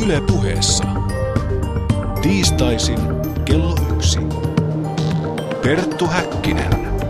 Yle Puheessa. Tiistaisin kello 1. Perttu Häkkinen.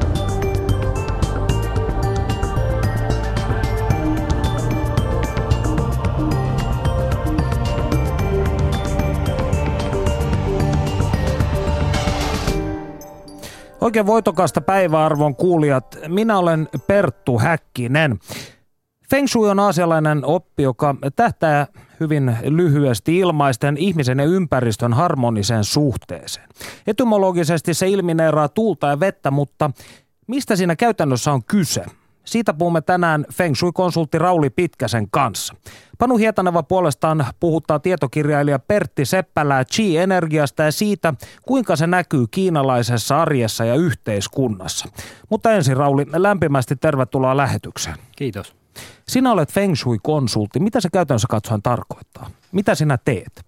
Oikein voitokasta päiväarvon kuulijat. Minä olen Perttu Häkkinen. Feng Shui on aasialainen oppi, joka tähtää hyvin lyhyesti ilmaisten ihmisen ja ympäristön harmoniseen suhteeseen. Etymologisesti se ilmineeraa tuulta ja vettä, mutta mistä siinä käytännössä on kyse? Siitä puhumme tänään Feng Shui-konsultti Rauli Pitkäsen kanssa. Panu Hietaneva puolestaan puhuttaa tietokirjailija Pertti Seppälää Qi-energiasta ja siitä, kuinka se näkyy kiinalaisessa arjessa ja yhteiskunnassa. Mutta ensin Rauli, lämpimästi tervetuloa lähetykseen. Kiitos. Sinä olet Feng Shui-konsultti. Mitä se käytännössä katsoen tarkoittaa? Mitä sinä teet?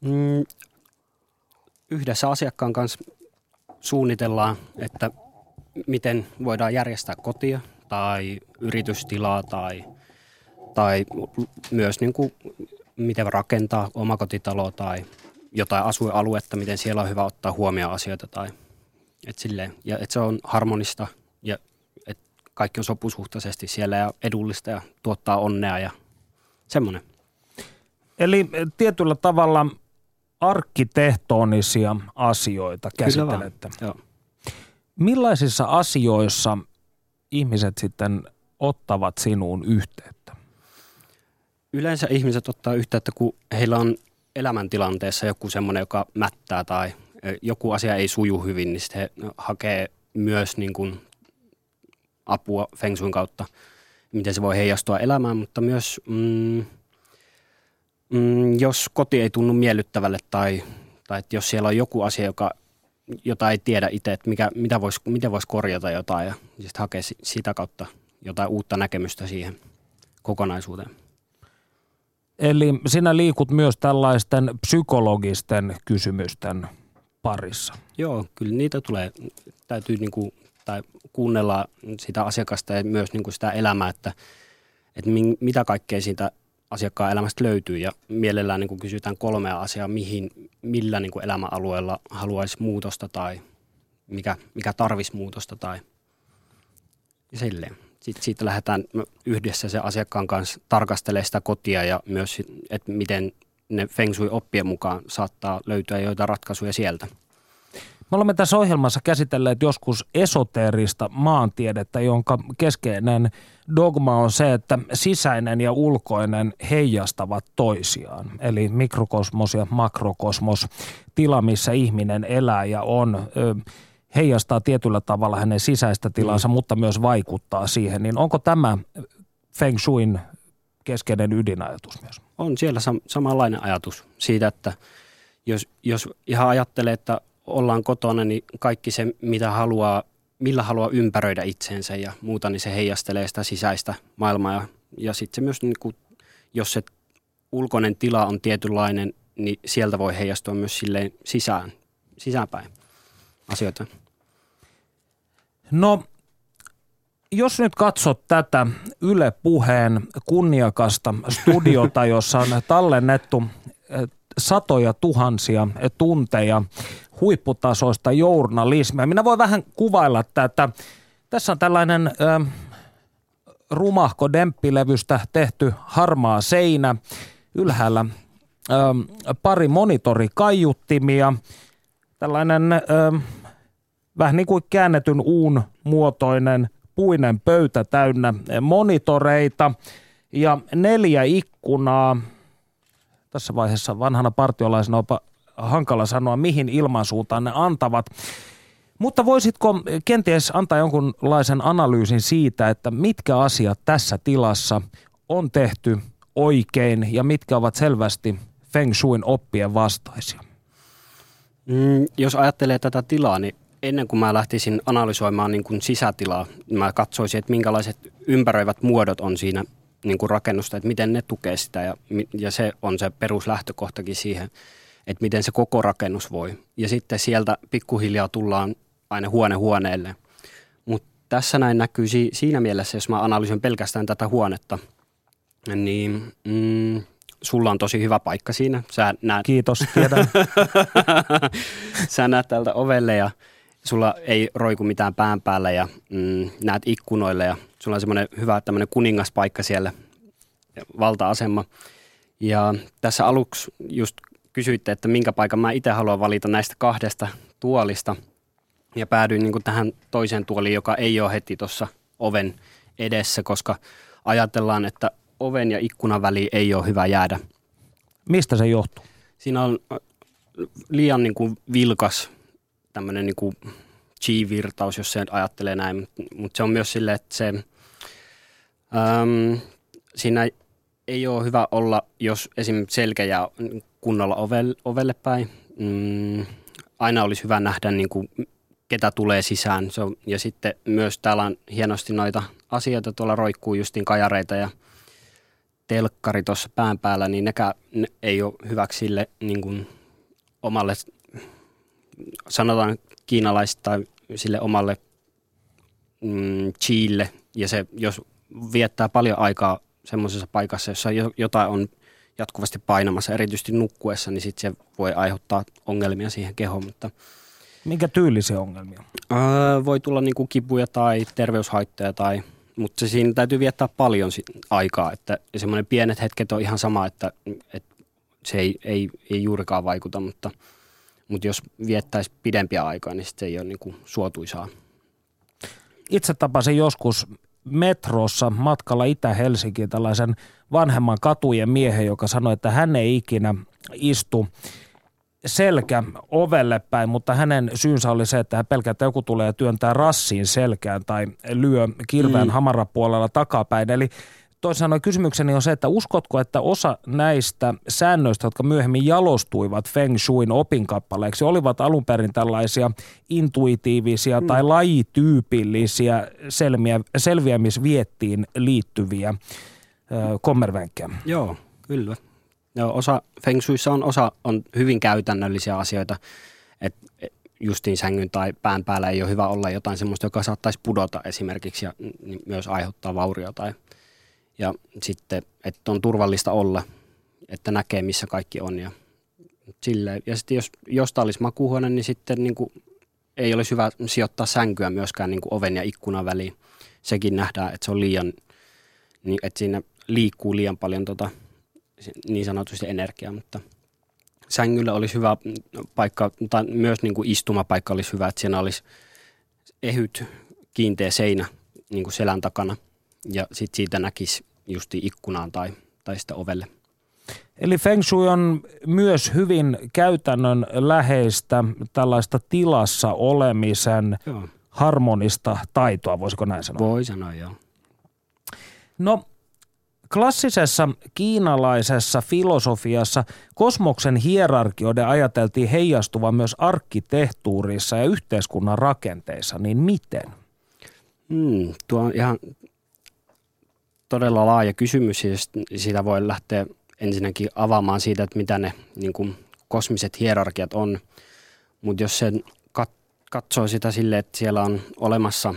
Yhdessä asiakkaan kanssa suunnitellaan, että miten voidaan järjestää kotia tai yritystilaa tai myös niin kuin, miten rakentaa omakotitaloa tai jotain asuinaluetta, miten siellä on hyvä ottaa huomioon asioita tai silleen. Ja että se on harmonista ja että kaikki on sopusuhtaisesti siellä ja edullista ja tuottaa onnea ja semmoinen. Eli tietyllä tavalla arkkitehtonisia asioita käsittelette. Joo. Millaisissa asioissa ihmiset sitten ottavat sinuun yhteyttä? Yleensä ihmiset ottaa yhteyttä, kun heillä on elämäntilanteessa joku semmoinen, joka mättää tai joku asia ei suju hyvin, niin sitten he hakee myös niin kuin apua Feng Shuin kautta, miten se voi heijastua elämään, mutta myös jos koti ei tunnu miellyttävälle tai että jos siellä on joku asia, jota ei tiedä itse, että miten voisi korjata jotain ja sitten hakea sitä kautta jotain uutta näkemystä siihen kokonaisuuteen. Eli sinä liikut myös tällaisten psykologisten kysymysten parissa. Joo, kyllä niitä täytyy tai kuunnella sitä asiakasta ja myös sitä elämää, että mitä kaikkea siitä asiakkaan elämästä löytyy ja mielellään kysytään 3 asiaa, millä elämäalueella haluaisi muutosta tai mikä tarvisi muutosta tai silleen. Sitten siitä lähdetään yhdessä se asiakkaan kanssa tarkastelemaan sitä kotia ja myös, että miten ne Feng Shui-oppien mukaan saattaa löytyä joitain ratkaisuja sieltä. Me olemme tässä ohjelmassa käsitelleet joskus esoteerista maantiedettä, jonka keskeinen dogma on se, että sisäinen ja ulkoinen heijastavat toisiaan. Eli mikrokosmos ja makrokosmos, tila missä ihminen elää ja heijastaa tietyllä tavalla hänen sisäistä tilansa, mutta myös vaikuttaa siihen. Niin onko tämä Feng Shuin keskeinen ydinajatus myös? On siellä samanlainen ajatus siitä, että jos ihan ajattelee, että ollaan kotona, niin kaikki se, millä haluaa ympäröidä itseensä ja muuta, niin se heijastelee sitä sisäistä maailmaa. Ja sitten se myös, jos se ulkoinen tila on tietynlainen, niin sieltä voi heijastua myös silleen sisäänpäin asioita. No, jos nyt katsot tätä Yle Puheen kunniakasta studiota, jossa on tallennettu satoja tuhansia tunteja huipputasoista journalismia. Minä voin vähän kuvailla tätä. Tässä on tällainen rumahko Demppi-levystä tehty harmaa seinä. Ylhäällä pari monitorikaiuttimia. Tällainen vähän niin kuin käännetyn uun muotoinen puinen pöytä täynnä monitoreita ja 4 ikkunaa. Tässä vaiheessa vanhana partiolaisena on hankala sanoa, mihin ilmansuuntaan ne antavat. Mutta voisitko kenties antaa jonkunlaisen analyysin siitä, että mitkä asiat tässä tilassa on tehty oikein ja mitkä ovat selvästi Feng Shuin oppien vastaisia? Jos ajattelee tätä tilaa, niin ennen kuin mä lähtisin analysoimaan niin kuin sisätilaa, mä katsoisin, että minkälaiset ympäröivät muodot on siinä niin kuin rakennusta, että miten ne tukee sitä ja se on se peruslähtökohtakin siihen, että miten se koko rakennus voi. Ja sitten sieltä pikkuhiljaa tullaan aina huoneelle. Mutta tässä näin näkyy siinä mielessä, jos mä analysoin pelkästään tätä huonetta, niin sulla on tosi hyvä paikka siinä. Sä näet, Kiitos, tiedän. sä näet täältä ovelle ja sulla ei roiku mitään pään päällä ja näet ikkunoille ja sulla on semmoinen hyvä tämmöinen kuningaspaikka siellä, valta-asema. Ja tässä aluksi just kysyitte, että minkä paikan mä itse haluan valita näistä 2 tuolista. Ja päädyin niin kuin tähän toiseen tuoliin, joka ei ole heti tuossa oven edessä, koska ajatellaan, että oven ja ikkunan väliin ei ole hyvä jäädä. Mistä se johtuu? Siinä on liian niin kuin vilkas tämmöinen niin kuin chi-virtaus, jos se ajattelee näin. Mutta se on myös silleen, että siinä ei ole hyvä olla, jos esimerkiksi selkä jää kunnolla ovelle päin. Aina olisi hyvä nähdä, niin kuin, ketä tulee sisään. Ja sitten myös täällä on hienosti noita asioita. Tuolla roikkuu justiin kajareita ja telkkari tuossa pään päällä, niin nekään ei ole hyväksi sille niin kuin omalle, sanotaan kiinalaisille tai sille omalle chiille. Ja se, jos viettää paljon aikaa semmoisessa paikassa, jossa jotain on jatkuvasti painamassa, erityisesti nukkuessa, niin sitten se voi aiheuttaa ongelmia siihen kehoon. Mutta minkä tyylisiä ongelmia? Voi tulla niinku kipuja tai terveyshaittoja, mutta siinä täytyy viettää paljon aikaa. Että semmoinen pienet hetket on ihan sama, että se ei juurikaan vaikuta, mutta jos viettäisi pidempiä aikaa, niin sit se ei ole niinku suotuisaa. Itse tapasin joskus metrossa matkalla Itä-Helsinkiin tällaisen vanhemman katujen miehen, joka sanoi, että hän ei ikinä istu selkä ovelle päin, mutta hänen syynsä oli se, että hän pelkää, että joku tulee työntää rassiin selkään tai lyö kirveen hamarapuolella takapäin. Eli toisin sanoen kysymykseni on se, että uskotko, että osa näistä säännöistä, jotka myöhemmin jalostuivat Feng Shuin opinkappaleiksi, olivat alun perin tällaisia intuitiivisia tai lajityypillisiä selviämisviettiin liittyviä kommervenkkejä? Joo, kyllä. Joo, osa Feng Shuissa on hyvin käytännöllisiä asioita, että justiin sängyn tai pään päällä ei ole hyvä olla jotain semmoista, joka saattaisi pudota esimerkiksi ja myös aiheuttaa vauriota. Ja sitten, että on turvallista olla, että näkee missä kaikki on ja silleen. Ja sitten jos jostain olisi makuuhuone, niin sitten niin kuin ei olisi hyvä sijoittaa sänkyä myöskään niin kuin oven ja ikkunan väliin. Sekin nähdään, että se on liian, että siinä liikkuu liian paljon niin sanotusti energiaa, mutta sängyllä olisi hyvä paikka, tai myös niin kuin istumapaikka olisi hyvä, että siinä olisi ehyt kiinteä seinä niin kuin selän takana ja sitten siitä näkisi justi ikkunaan tai sitten ovelle. Eli Feng Shui on myös hyvin käytännön läheistä tällaista tilassa olemisen harmonista taitoa, voisiko näin sanoa? Voi sanoa, joo. No, klassisessa kiinalaisessa filosofiassa kosmoksen hierarkioiden ajateltiin heijastuvan myös arkkitehtuurissa ja yhteiskunnan rakenteissa, niin miten? Tuo on ihan todella laaja kysymys ja siitä voi lähteä ensinnäkin avaamaan siitä, että mitä ne niin kuin kosmiset hierarkiat on. Mutta jos sen katsoo sitä silleen, että siellä on olemassa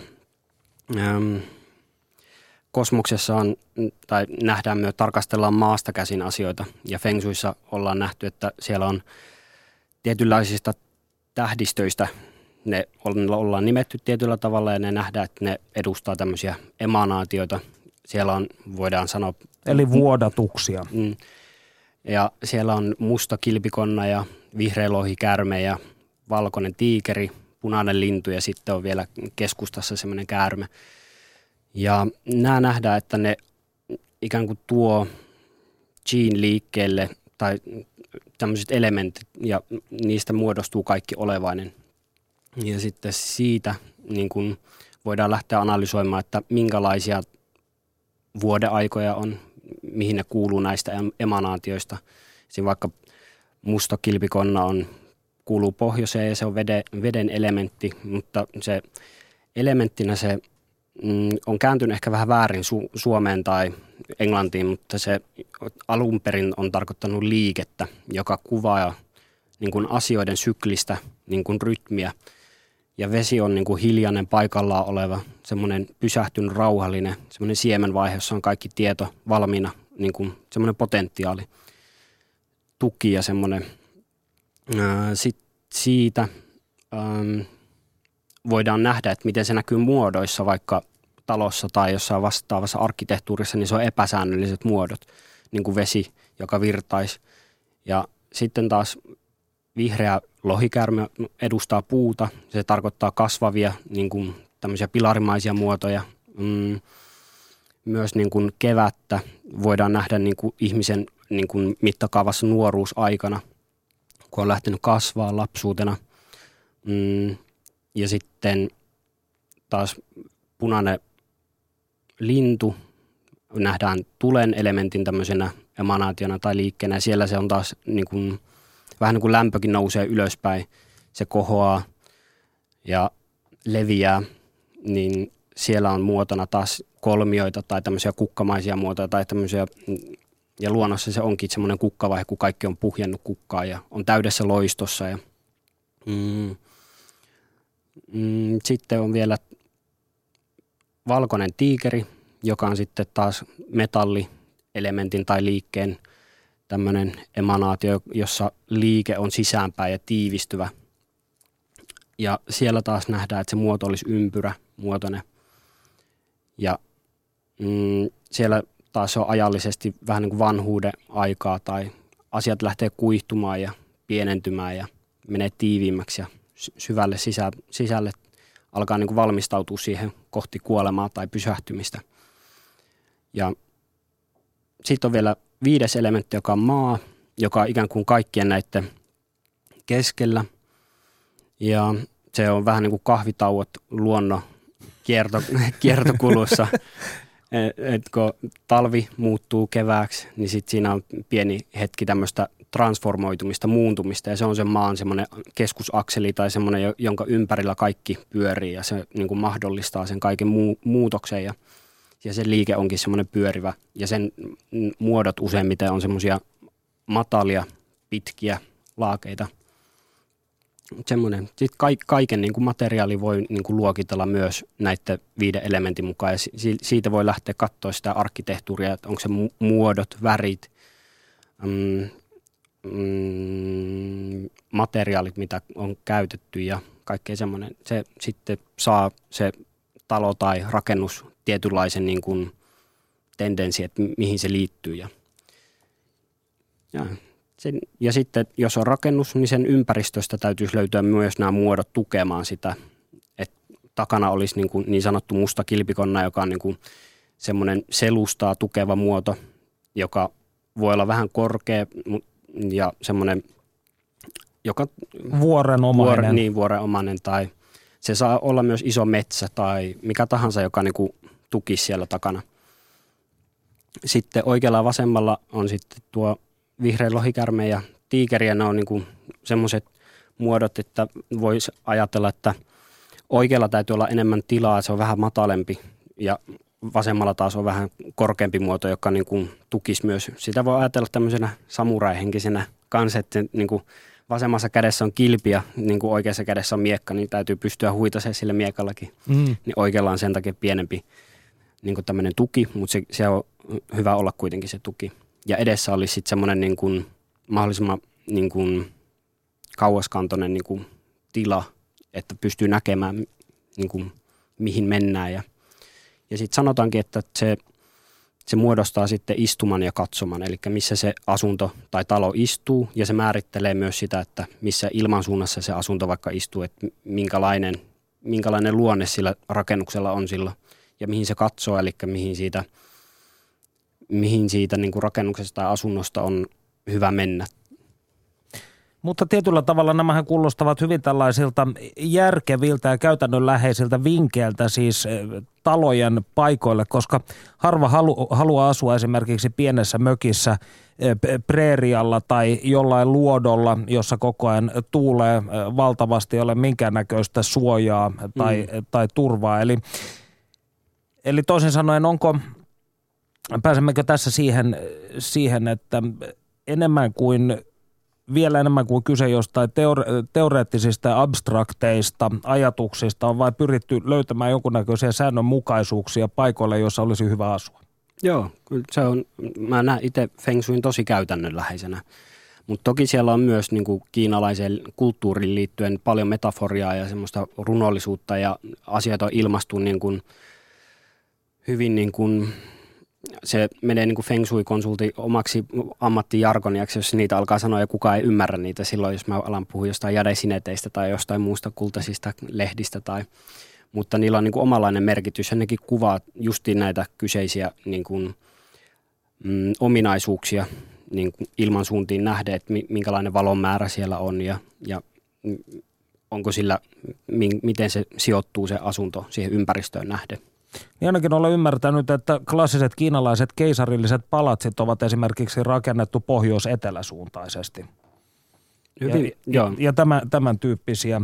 kosmoksessa on, tai nähdään myös, tarkastellaan maasta käsin asioita ja Feng Shuissa ollaan nähty, että siellä on tietynlaisista tähdistöistä, ne ollaan nimetty tietyllä tavalla ja ne nähdään, että ne edustaa tämmöisiä emanaatioita. Siellä on, voidaan sanoa... Eli vuodatuksia. Ja siellä on musta kilpikonna ja vihreä lohikäärme ja valkoinen tiikeri, punainen lintu ja sitten on vielä keskustassa semmoinen käärme. Ja nämä nähdään, että ne ikään kuin tuo Qin liikkeelle tai tämmöiset elementit ja niistä muodostuu kaikki olevainen. Ja sitten siitä niin kuin voidaan lähteä analysoimaan, että minkälaisia vuodeaikoja on, mihin ne kuuluu näistä emanaatioista. Siinä vaikka musta kilpikonna kuuluu pohjoiseen ja se on veden elementti, mutta se elementtinä se on kääntynyt ehkä vähän väärin Suomeen tai Englantiin, mutta se alun perin on tarkoittanut liikettä, joka kuvaa niin kuin asioiden syklistä niin kuin rytmiä. Ja vesi on niin kuin hiljainen paikallaan oleva, semmoinen pysähtynyt, rauhallinen, semmoinen siemenvaihe, jossa on kaikki tieto valmiina, niin kuin semmoinen potentiaali. tuki ja semmoinen. Sitten siitä voidaan nähdä, että miten se näkyy muodoissa, vaikka talossa tai jossain vastaavassa arkkitehtuurissa, niin se on epäsäännölliset muodot, niin kuin vesi, joka virtaisi. Ja sitten taas vihreä lohikäärme edustaa puuta. Se tarkoittaa kasvavia niin kuin tämmöisiä pilarimaisia muotoja. Myös niin kuin kevättä voidaan nähdä niin kuin ihmisen niin kuin mittakaavassa nuoruusaikana, kun on lähtenyt kasvaa lapsuutena. Ja sitten taas punainen lintu nähdään tulen elementin tämmöisenä emanaationa tai liikkeenä. Ja siellä se on taas niin kuin, vähän niin kuin lämpökin nousee ylöspäin. Se kohoaa ja leviää, niin siellä on muotona taas kolmioita tai tämmöisiä kukkamaisia muotoja tai tämmöisiä. Ja luonnossa se onkin semmoinen kukkavaihe, kun kaikki on puhjennut kukkaa ja on täydessä loistossa. Ja, sitten on vielä valkoinen tiikeri, joka on sitten taas metallielementin tai liikkeen tämmöinen emanaatio, jossa liike on sisäänpäin ja tiivistyvä. Ja siellä taas nähdään, että se muoto olisi ympyrämuotoinen. Ja siellä taas on ajallisesti vähän niin kuin vanhuuden aikaa tai asiat lähtee kuihtumaan ja pienentymään ja menee tiiviimmäksi ja syvälle sisälle alkaa niin kuin valmistautua siihen kohti kuolemaa tai pysähtymistä. Ja sitten on vielä 5. elementti, joka on maa, joka on ikään kuin kaikkien näiden keskellä. Ja se on vähän niin kuin kahvitauot luonnon kiertokulussa. Et kun talvi muuttuu kevääksi, niin sitten siinä on pieni hetki tämmöistä transformoitumista, muuntumista. Ja se on sen maan semmoinen keskusakseli tai semmoinen, jonka ympärillä kaikki pyörii. Ja se niin kuin mahdollistaa sen kaiken muutoksen. Ja se liike onkin semmoinen pyörivä. Ja sen muodot useimmiten on semmoisia matalia, pitkiä laakeita. Semmoinen. Sitten kaiken niin kuin materiaali voi niin kuin luokitella myös näiden 5 elementin mukaan. Ja siitä voi lähteä katsoa sitä arkkitehtuuria, että onko se muodot, värit, materiaalit, mitä on käytetty ja kaikkea semmoinen. Se sitten saa se talo tai rakennus tietynlaisen niin kuin tendenssi, että mihin se liittyy. Ja sitten, jos on rakennus, niin sen ympäristöstä täytyisi löytyä myös nämä muodot tukemaan sitä. Että takana olisi niin sanottu musta kilpikonna, joka on niin kuin semmoinen selustaa tukeva muoto, joka voi olla vähän korkea ja semmoinen, joka vuorenomainen tai se saa olla myös iso metsä tai mikä tahansa, joka niin kuin tukisi siellä takana. Sitten oikealla ja vasemmalla on sitten tuo vihreä lohikärme ja tiikeri, ja ne on niin kuin semmoiset muodot, että voisi ajatella, että oikealla täytyy olla enemmän tilaa, se on vähän matalempi, ja vasemmalla taas on vähän korkeampi muoto, joka niin kuin tukisi myös. Sitä voi ajatella tämmöisenä samuraihenkisenä kanssa, että niin kuin vasemmassa kädessä on kilpi ja niin kuin oikeassa kädessä on miekka, niin täytyy pystyä huitasemaan sille miekallakin. Niin oikealla on sen takia pienempi niin kuin tämmöinen tuki, mutta se on hyvä olla kuitenkin se tuki. Ja edessä olisi sitten semmoinen niin kuin mahdollisimman niin kuin kauaskantoinen niin kuin tila, että pystyy näkemään niin kuin mihin mennään. Ja sitten sanotaankin, että se muodostaa sitten istuman ja katsoman, eli missä se asunto tai talo istuu, ja se määrittelee myös sitä, että missä ilmansuunnassa se asunto vaikka istuu, että minkälainen luonne sillä rakennuksella on silloin, ja mihin se katsoo, eli mihin siitä niin kuin rakennuksesta tai asunnosta on hyvä mennä. Mutta tietyllä tavalla nämähän kuulostavat hyvin tällaisilta järkeviltä ja käytännönläheisiltä vinkkeiltä siis talojen paikoille, koska harva haluaa asua esimerkiksi pienessä mökissä preerialla tai jollain luodolla, jossa koko ajan tuulee valtavasti, ei ole minkäännäköistä suojaa tai turvaa. Eli toisin sanoen, pääsemmekö tässä siihen, että vielä enemmän kuin kyse jostain teoreettisista ja abstrakteista ajatuksista on vai pyritty löytämään jonkunnäköisiä säännönmukaisuuksia paikoille, joissa olisi hyvä asua? Joo, se on, mä näen itse Feng Shuin tosi käytännönläheisenä. Mutta toki siellä on myös niin kuin kiinalaiseen kulttuuriin liittyen paljon metaforiaa ja semmoista runollisuutta ja asiat on ilmastu niin kuin hyvin niin kuin, se menee niin kuin feng shui-konsultin omaksi ammattijargoniaksi, jos niitä alkaa sanoa ja kukaan ei ymmärrä niitä silloin, jos mä alan puhua jostain jadesineteistä tai jostain muusta kultaisista lehdistä mutta niillä on niin kuin omanlainen merkitys ja nekin kuvaa justiin näitä kyseisiä niin kuin, ominaisuuksia niin kuin ilmansuuntiin nähden, että minkälainen valon määrä siellä on ja onko sillä, miten se sijoittuu se asunto siihen ympäristöön nähden. Niin ainakin olen ymmärtänyt, että klassiset kiinalaiset keisarilliset palatsit ovat esimerkiksi rakennettu pohjois-eteläsuuntaisesti. Hyvin, ja tämän tyyppisiä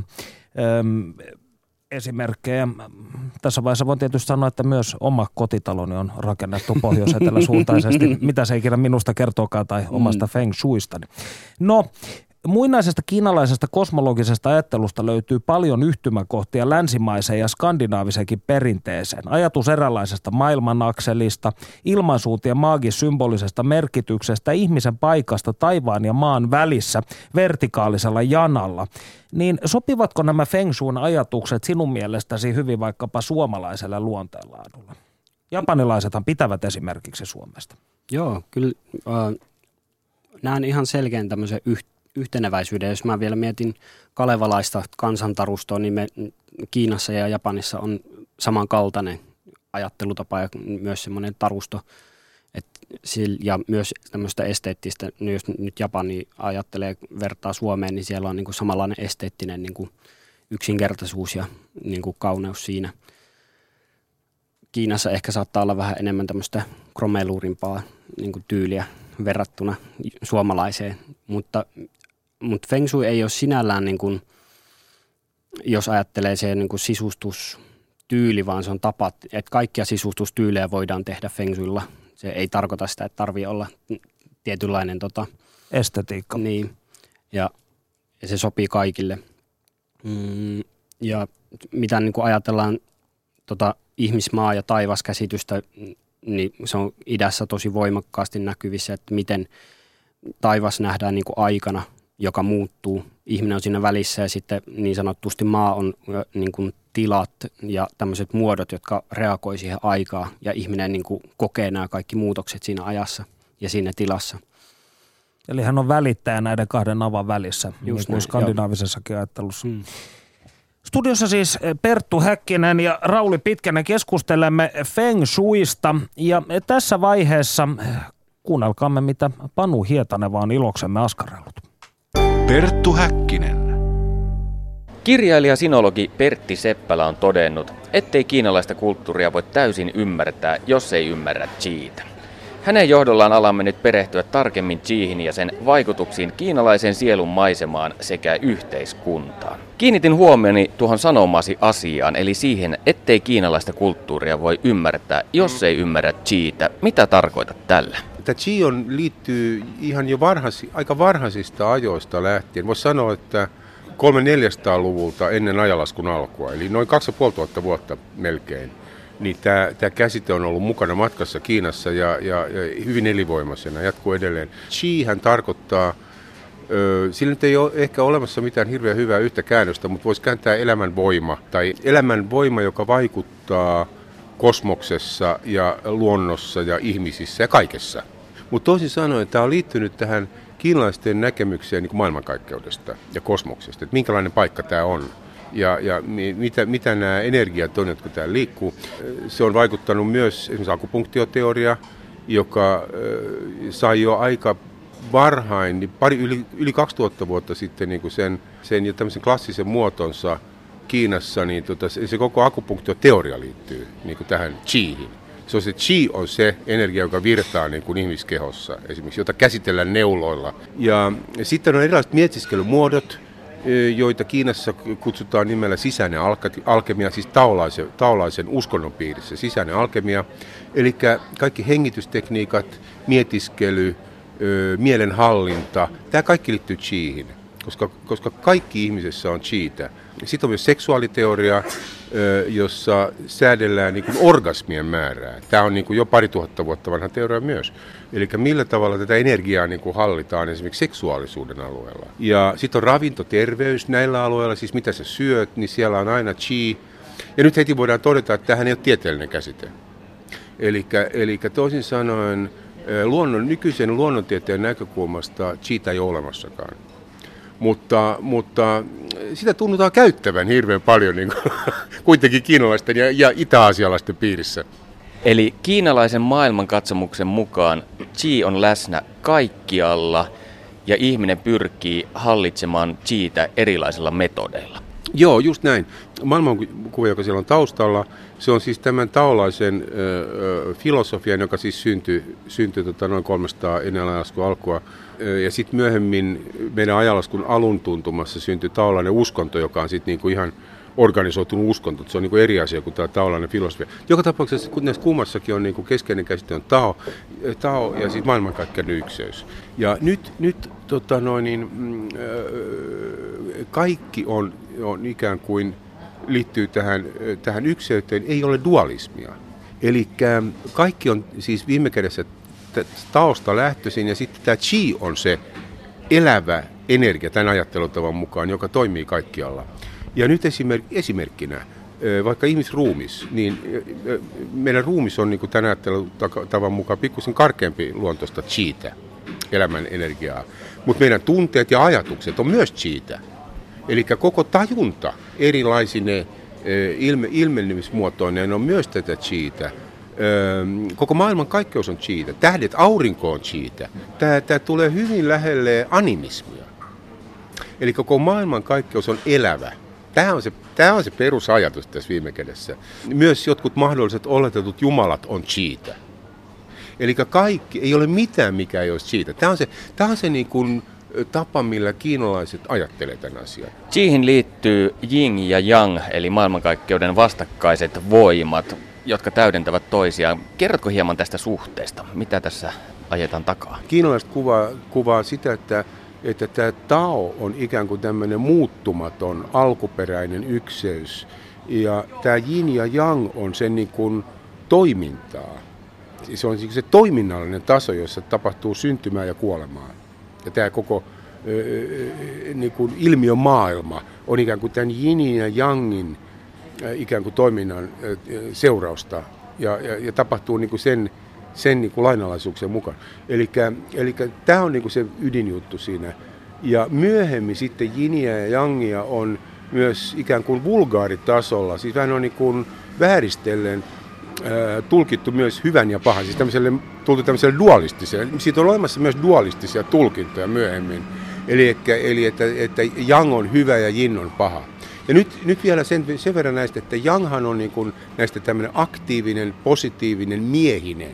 esimerkkejä. Tässä vaiheessa voin tietysti sanoa, että myös oma kotitaloni on rakennettu pohjois-eteläsuuntaisesti, mitä se ikinä minusta kertookaan tai omasta feng shuistani. No, muinaisesta kiinalaisesta kosmologisesta ajattelusta löytyy paljon yhtymäkohtia länsimaiseen ja skandinaavisenkin perinteeseen. Ajatus eräänlaisesta maailmanakselista, ilmansuuntien maagis-symbolisesta merkityksestä, ihmisen paikasta taivaan ja maan välissä vertikaalisella janalla. Niin sopivatko nämä feng shuin ajatukset sinun mielestäsi hyvin vaikkapa suomalaiselle luonteenlaadulle? Japanilaisethan pitävät esimerkiksi Suomesta. Joo, kyllä näen ihan selkeän tämmöisen yhteneväisyyden. Jos mä vielä mietin kalevalaista kansantarustoa, niin Kiinassa ja Japanissa on samankaltainen ajattelutapa ja myös semmoinen tarusto. Ja myös tämmöistä esteettistä, jos nyt Japani ajattelee vertaa Suomeen, niin siellä on niin kuin samanlainen esteettinen niin kuin yksinkertaisuus ja niin kuin kauneus siinä. Kiinassa ehkä saattaa olla vähän enemmän tämmöistä kromeluurimpaa niin kuin tyyliä verrattuna suomalaiseen, mutta feng shui ei ole sinällään, niin kuin, jos ajattelee se niin kuin sisustustyyli, vaan se on tapa, että kaikkia sisustustyylejä voidaan tehdä feng shuilla. Se ei tarkoita sitä, että tarvii olla tietynlainen estetiikka. Niin, ja se sopii kaikille. Ja mitä niin kuin ajatellaan ihmismaa- ja taivaskäsitystä, niin se on idässä tosi voimakkaasti näkyvissä, että miten taivas nähdään niin kuin aikana, joka muuttuu. Ihminen on siinä välissä ja sitten niin sanotusti maa on niin kuin tilat ja tämmöiset muodot, jotka reagoi siihen aikaan ja ihminen niin kuin kokee nämä kaikki muutokset siinä ajassa ja siinä tilassa. Eli hän on välittäjä näiden kahden navan välissä, just niin kuin skandinaavisessakin ajattelussa. Studiossa siis Perttu Häkkinen ja Rauli Pitkänen keskustelemme feng shuista ja tässä vaiheessa kuunnelkaamme, mitä Panu Hietaneva on iloksemme askarrellut. Perttu Häkkinen. Kirjailija-sinologi Pertti Seppälä on todennut, ettei kiinalaista kulttuuria voi täysin ymmärtää, jos ei ymmärrä Chiitä. Hänen johdollaan alamme nyt perehtyä tarkemmin Chiihin ja sen vaikutuksiin kiinalaisen sielun maisemaan sekä yhteiskuntaan. Kiinnitin huomioni tuohon sanomasi asiaan, eli siihen, ettei kiinalaista kulttuuria voi ymmärtää, jos ei ymmärrä Chiitä. Mitä tarkoitat tällä? Tämä Chi liittyy ihan jo aika varhaisista ajoista lähtien. Voisi sanoa, että 300-400-luvulta ennen ajanlaskun alkua, eli noin 2500 vuotta melkein, niin tämä käsite on ollut mukana matkassa Kiinassa ja hyvin elinvoimaisena, jatkuu edelleen. Chi-hän tarkoittaa, sillä nyt ei ole ehkä olemassa mitään hirveän hyvää yhtä käännöstä, mutta voisi kääntää elämänvoima, tai elämänvoima, joka vaikuttaa kosmoksessa ja luonnossa ja ihmisissä ja kaikessa. Mutta toisin sanoen tämä on liittynyt tähän kiinalaisten näkemykseen niin kuin maailmankaikkeudesta ja kosmoksesta, että minkälainen paikka tämä on ja mitä nämä energiat on, jotka täällä liikkuu. Se on vaikuttanut myös esimerkiksi akupunktioteoria, joka sai jo aika varhain, niin yli 2000 vuotta sitten niin kuin sen jo tämmöisen klassisen muotonsa Kiinassa, niin se koko akupunktioteoria liittyy niin kuin tähän Chiihin. Se Chi on se energia, joka virtaa niin kuin ihmiskehossa, esimerkiksi, jota käsitellään neuloilla. Ja sitten on erilaiset mietiskelumuodot, joita Kiinassa kutsutaan nimellä sisäinen alkemia, siis taolaisen uskonnon piirissä sisäinen alkemia. Eli kaikki hengitystekniikat, mietiskely, mielenhallinta, tämä kaikki liittyy Chiihin, koska kaikki ihmisessä on Chiitä. Sitten on myös seksuaaliteoria, jossa säädellään niin kuin orgasmien määrää. Tämä on niin kuin jo 2000 vuotta vanha teoria myös. Eli millä tavalla tätä energiaa niin kuin hallitaan esimerkiksi seksuaalisuuden alueella. Ja sitten on ravintoterveys näillä alueilla, siis mitä sä syöt, niin siellä on aina chi. Ja nyt heti voidaan todeta, että tämähän ei ole tieteellinen käsite. Eli toisin sanoen nykyisen luonnontieteen näkökulmasta chiitä ei ole olemassakaan. Mutta sitä tunnutaan käyttävän hirveän paljon niin kuin, kuitenkin kiinalaisten ja itä-aasialaisten piirissä. Eli kiinalaisen maailmankatsomuksen mukaan chi on läsnä kaikkialla ja ihminen pyrkii hallitsemaan chiitä erilaisilla metodeilla. Joo, just näin. Maailmankuva, joka siellä on taustalla, se on siis tämän taolaisen filosofian, joka siis syntyi noin 300 ennen ajanlaskun alkua. Ja sitten myöhemmin meidän ajanlaskun alun tuntumassa syntyi taolainen uskonto, joka on sitten niinku ihan organisoitunut uskonto. Se on niinku eri asia kuin tämä taolainen filosofia. Joka tapauksessa näissä kummassakin on niinku keskeinen käsite on Tao ja sitten maailmankaikkeuden ykseys. Ja nyt kaikki on ikään kuin liittyy tähän ykseyteen, ei ole dualismia. Eli kaikki on siis viime kädessä taosta lähtöisin ja sitten tämä chi on se elävä energia tämän ajattelutavan mukaan, joka toimii kaikkialla. Ja nyt esimerkkinä, vaikka ihmisruumis, niin meidän ruumis on niin kuin tämän ajattelutavan mukaan pikkusen karkeampi luontoista chiitä, elämän energiaa. Mutta meidän tunteet ja ajatukset on myös chiitä. Eli koko tajunta erilaisine ilmenemismuotoineen on myös tätä chiitä. Koko maailman kaikkeus on chiitä. Tähdet, aurinko on chiitä. Tämä tulee hyvin lähelle animismia. Eli koko maailman kaikkeus on elävä. Tämä on se perusajatus tässä viime kädessä. Myös jotkut mahdolliset oletetut jumalat on chiitä. Eli kaikki, ei ole mitään, mikä ei olisi chiitä. Tämä on se niin kuin tapa, millä kiinalaiset ajattelee tämän asian. Chiihin liittyy yin ja yang, eli maailmankaikkeuden vastakkaiset voimat, jotka täydentävät toisiaan. Kerrotko hieman tästä suhteesta? Mitä tässä ajetaan takaa? Kiinalaiset kuvaa sitä, että tämä Tao on ikään kuin tämmöinen muuttumaton, alkuperäinen ykseys. Ja tämä yin ja yang on sen niin kuin toimintaa. Se on se toiminnallinen taso, jossa tapahtuu syntymää ja kuolemaa. Ja tämä koko niin kuin ilmiömaailma on ikään kuin tämän yinin ja yangin ikään kuin toiminnan seurausta ja tapahtuu niin kuin sen niin kuin lainalaisuuksien mukaan. Eli tämä on niin kuin se ydinjuttu siinä. Ja myöhemmin sitten yiniä ja yangia on myös ikään kuin vulgaaritasolla, siis vähän on niin kuin vääristellen tulkittu myös hyvän ja pahan, siis tultu tämmöiselle dualistiselle. Siitä on olemassa myös dualistisia tulkintoja myöhemmin, eli että yang on hyvä ja yin on paha. Ja nyt vielä sen verran näistä, että yanghan on niin kuin näistä tämmöinen aktiivinen, positiivinen, miehinen,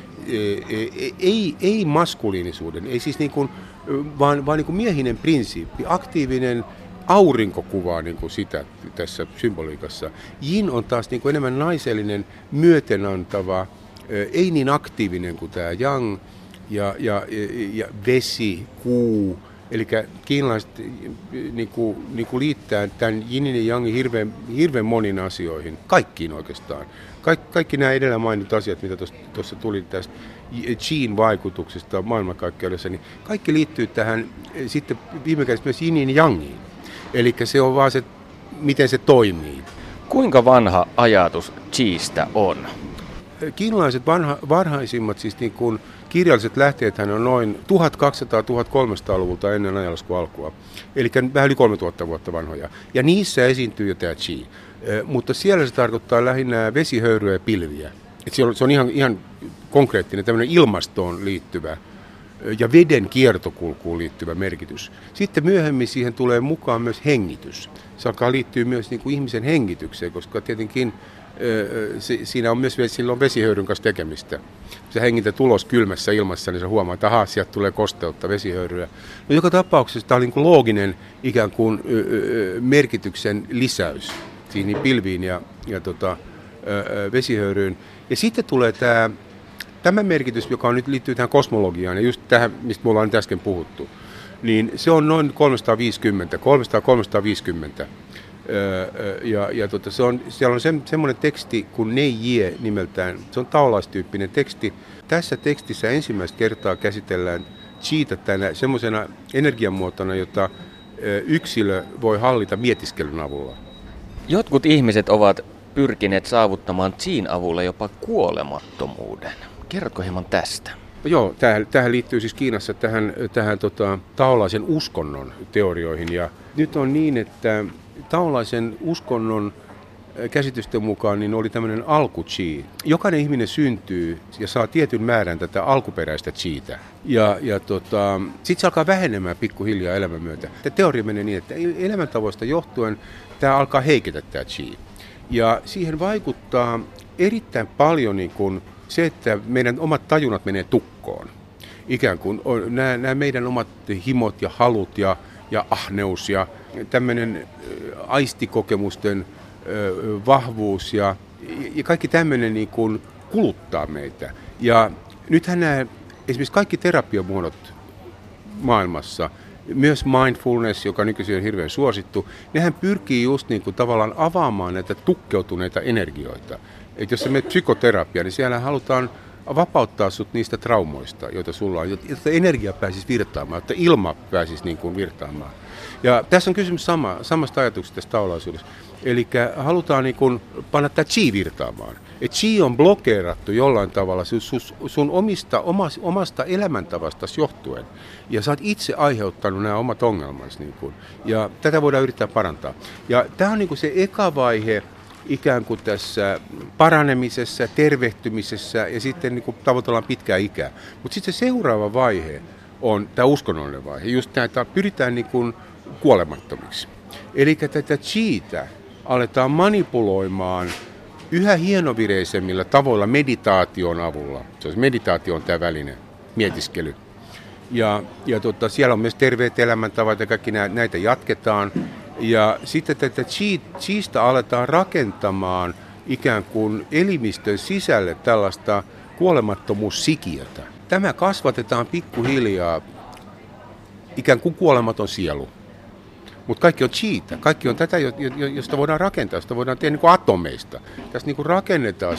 ei maskuliinisuuden, ei siis niin kuin, vaan niin kuin miehinen prinsiippi, aktiivinen. Aurinko kuvaa niin kuin sitä tässä symboliikassa. Yin on taas niin kuin enemmän naisellinen, myötenantava, ei niin aktiivinen kuin tämä yang ja vesi, kuu. Eli kiinalaiset niin kuin liittää tämän yinin ja yangin hirveän moniin asioihin, kaikkiin oikeastaan. Kaikki nämä edellä mainitut asiat, mitä tuossa tuli tästä Qin vaikutuksesta maailmankaikkeudessa, niin kaikki liittyy tähän sitten viime kädessä myös yinin ja yangiin. Eli se on vaan se, miten se toimii. Kuinka vanha ajatus Qistä on? Kiinalaiset varhaisimmat siis niin kuin kirjalliset lähteethän on noin 1200-1300-luvulta ennen ajanlaskun alkua. Eli vähän yli 3000 vuotta vanhoja. Ja niissä esiintyy jo tämä Qi. Mutta siellä se tarkoittaa lähinnä vesihöyryä ja pilviä. Et se on ihan konkreettinen tämmöinen ilmastoon liittyvä ja veden kiertokulkuun liittyvä merkitys. Sitten myöhemmin siihen tulee mukaan myös hengitys. Se alkaa liittyä myös niin kuin ihmisen hengitykseen, koska tietenkin siinä on myös silloin vesihöyryn kanssa tekemistä. Se hengität ulos kylmässä ilmassa, niin sä huomaat, että ahaa, sieltä tulee kosteutta, vesihöyryä. No joka tapauksessa tämä on niin kuin looginen ikään kuin merkityksen lisäys siinä pilviin ja vesihöyryyn. Ja sitten tulee tämä merkitys, joka on nyt liittyy tähän kosmologiaan ja just tähän, mistä me ollaan nyt äsken puhuttu, niin se on noin 350. Siellä on semmoinen teksti kuin Ne Jie nimeltään. Se on taolaistyyppinen teksti. Tässä tekstissä ensimmäistä kertaa käsitellään chiitä semmoisena energiamuotona, jota yksilö voi hallita mietiskelyn avulla. Jotkut ihmiset ovat pyrkineet saavuttamaan chiin avulla jopa kuolemattomuuden. Kerrotko hieman tästä? Joo, tähän liittyy siis Kiinassa tähän taolaisen uskonnon teorioihin. Ja nyt on niin, että taolaisen uskonnon käsitysten mukaan niin oli tämmöinen alku-chi. Jokainen ihminen syntyy ja saa tietyn määrän tätä alkuperäistä chiitä. Sitten se alkaa vähenemään pikkuhiljaa elämän myötä. Tämä teoria menee niin, että elämäntavoista johtuen tämä alkaa heiketä tämä chi. Ja siihen vaikuttaa erittäin paljon niin kuin se, että meidän omat tajunnat menee tukkoon. Ikään kuin nämä meidän omat himot ja halut ja ahneus ja tämmöinen aistikokemusten vahvuus ja kaikki tämmöinen niin kuin kuluttaa meitä. Ja nythän esimerkiksi kaikki terapiamuodot maailmassa, myös mindfulness, joka nykyisin on hirveän suosittu, nehän pyrkii just niin kuin tavallaan avaamaan näitä tukkeutuneita energioita. Et jos sä menet psykoterapiaan, niin siellä halutaan vapauttaa sut niistä traumoista, joita sulla on, jotta energia pääsisi virtaamaan, jotta ilma pääsisi niin kuin virtaamaan. Ja tässä on kysymys samasta ajatuksesta tässä taulaisuudessa. Eli halutaan niin kuin panna tämä chi virtaamaan. Et chi on blokeerattu jollain tavalla sun omasta elämäntavastasi johtuen. Ja sä oot itse aiheuttanut nämä omat ongelmansi. Niin kuin. Ja tätä voidaan yrittää parantaa. Ja tämä on niin kuin se eka vaihe ikään kuin tässä paranemisessa, tervehtymisessä ja sitten niin kuin tavoitellaan pitkää ikää. Mutta sitten se seuraava vaihe on tämä uskonnollinen vaihe. Just tämä, että pyritään niin kuin kuolemattomiksi. Eli tätä chiitä aletaan manipuloimaan yhä hienovireisemmillä tavoilla meditaation avulla. Se on meditaatio on tämä väline, mietiskely. Siellä on myös terveet elämäntavat ja kaikki näitä jatketaan. Ja sitten tätä chiistä aletaan rakentamaan ikään kuin elimistön sisälle tällaista kuolemattomuussikiötä. Tämä kasvatetaan pikkuhiljaa ikään kuin kuolematon sielu. Mutta kaikki on chiitä. Kaikki on tätä, josta voidaan rakentaa, josta voidaan tehdä niin kuin atomeista. Tässä niin kuin rakennetaan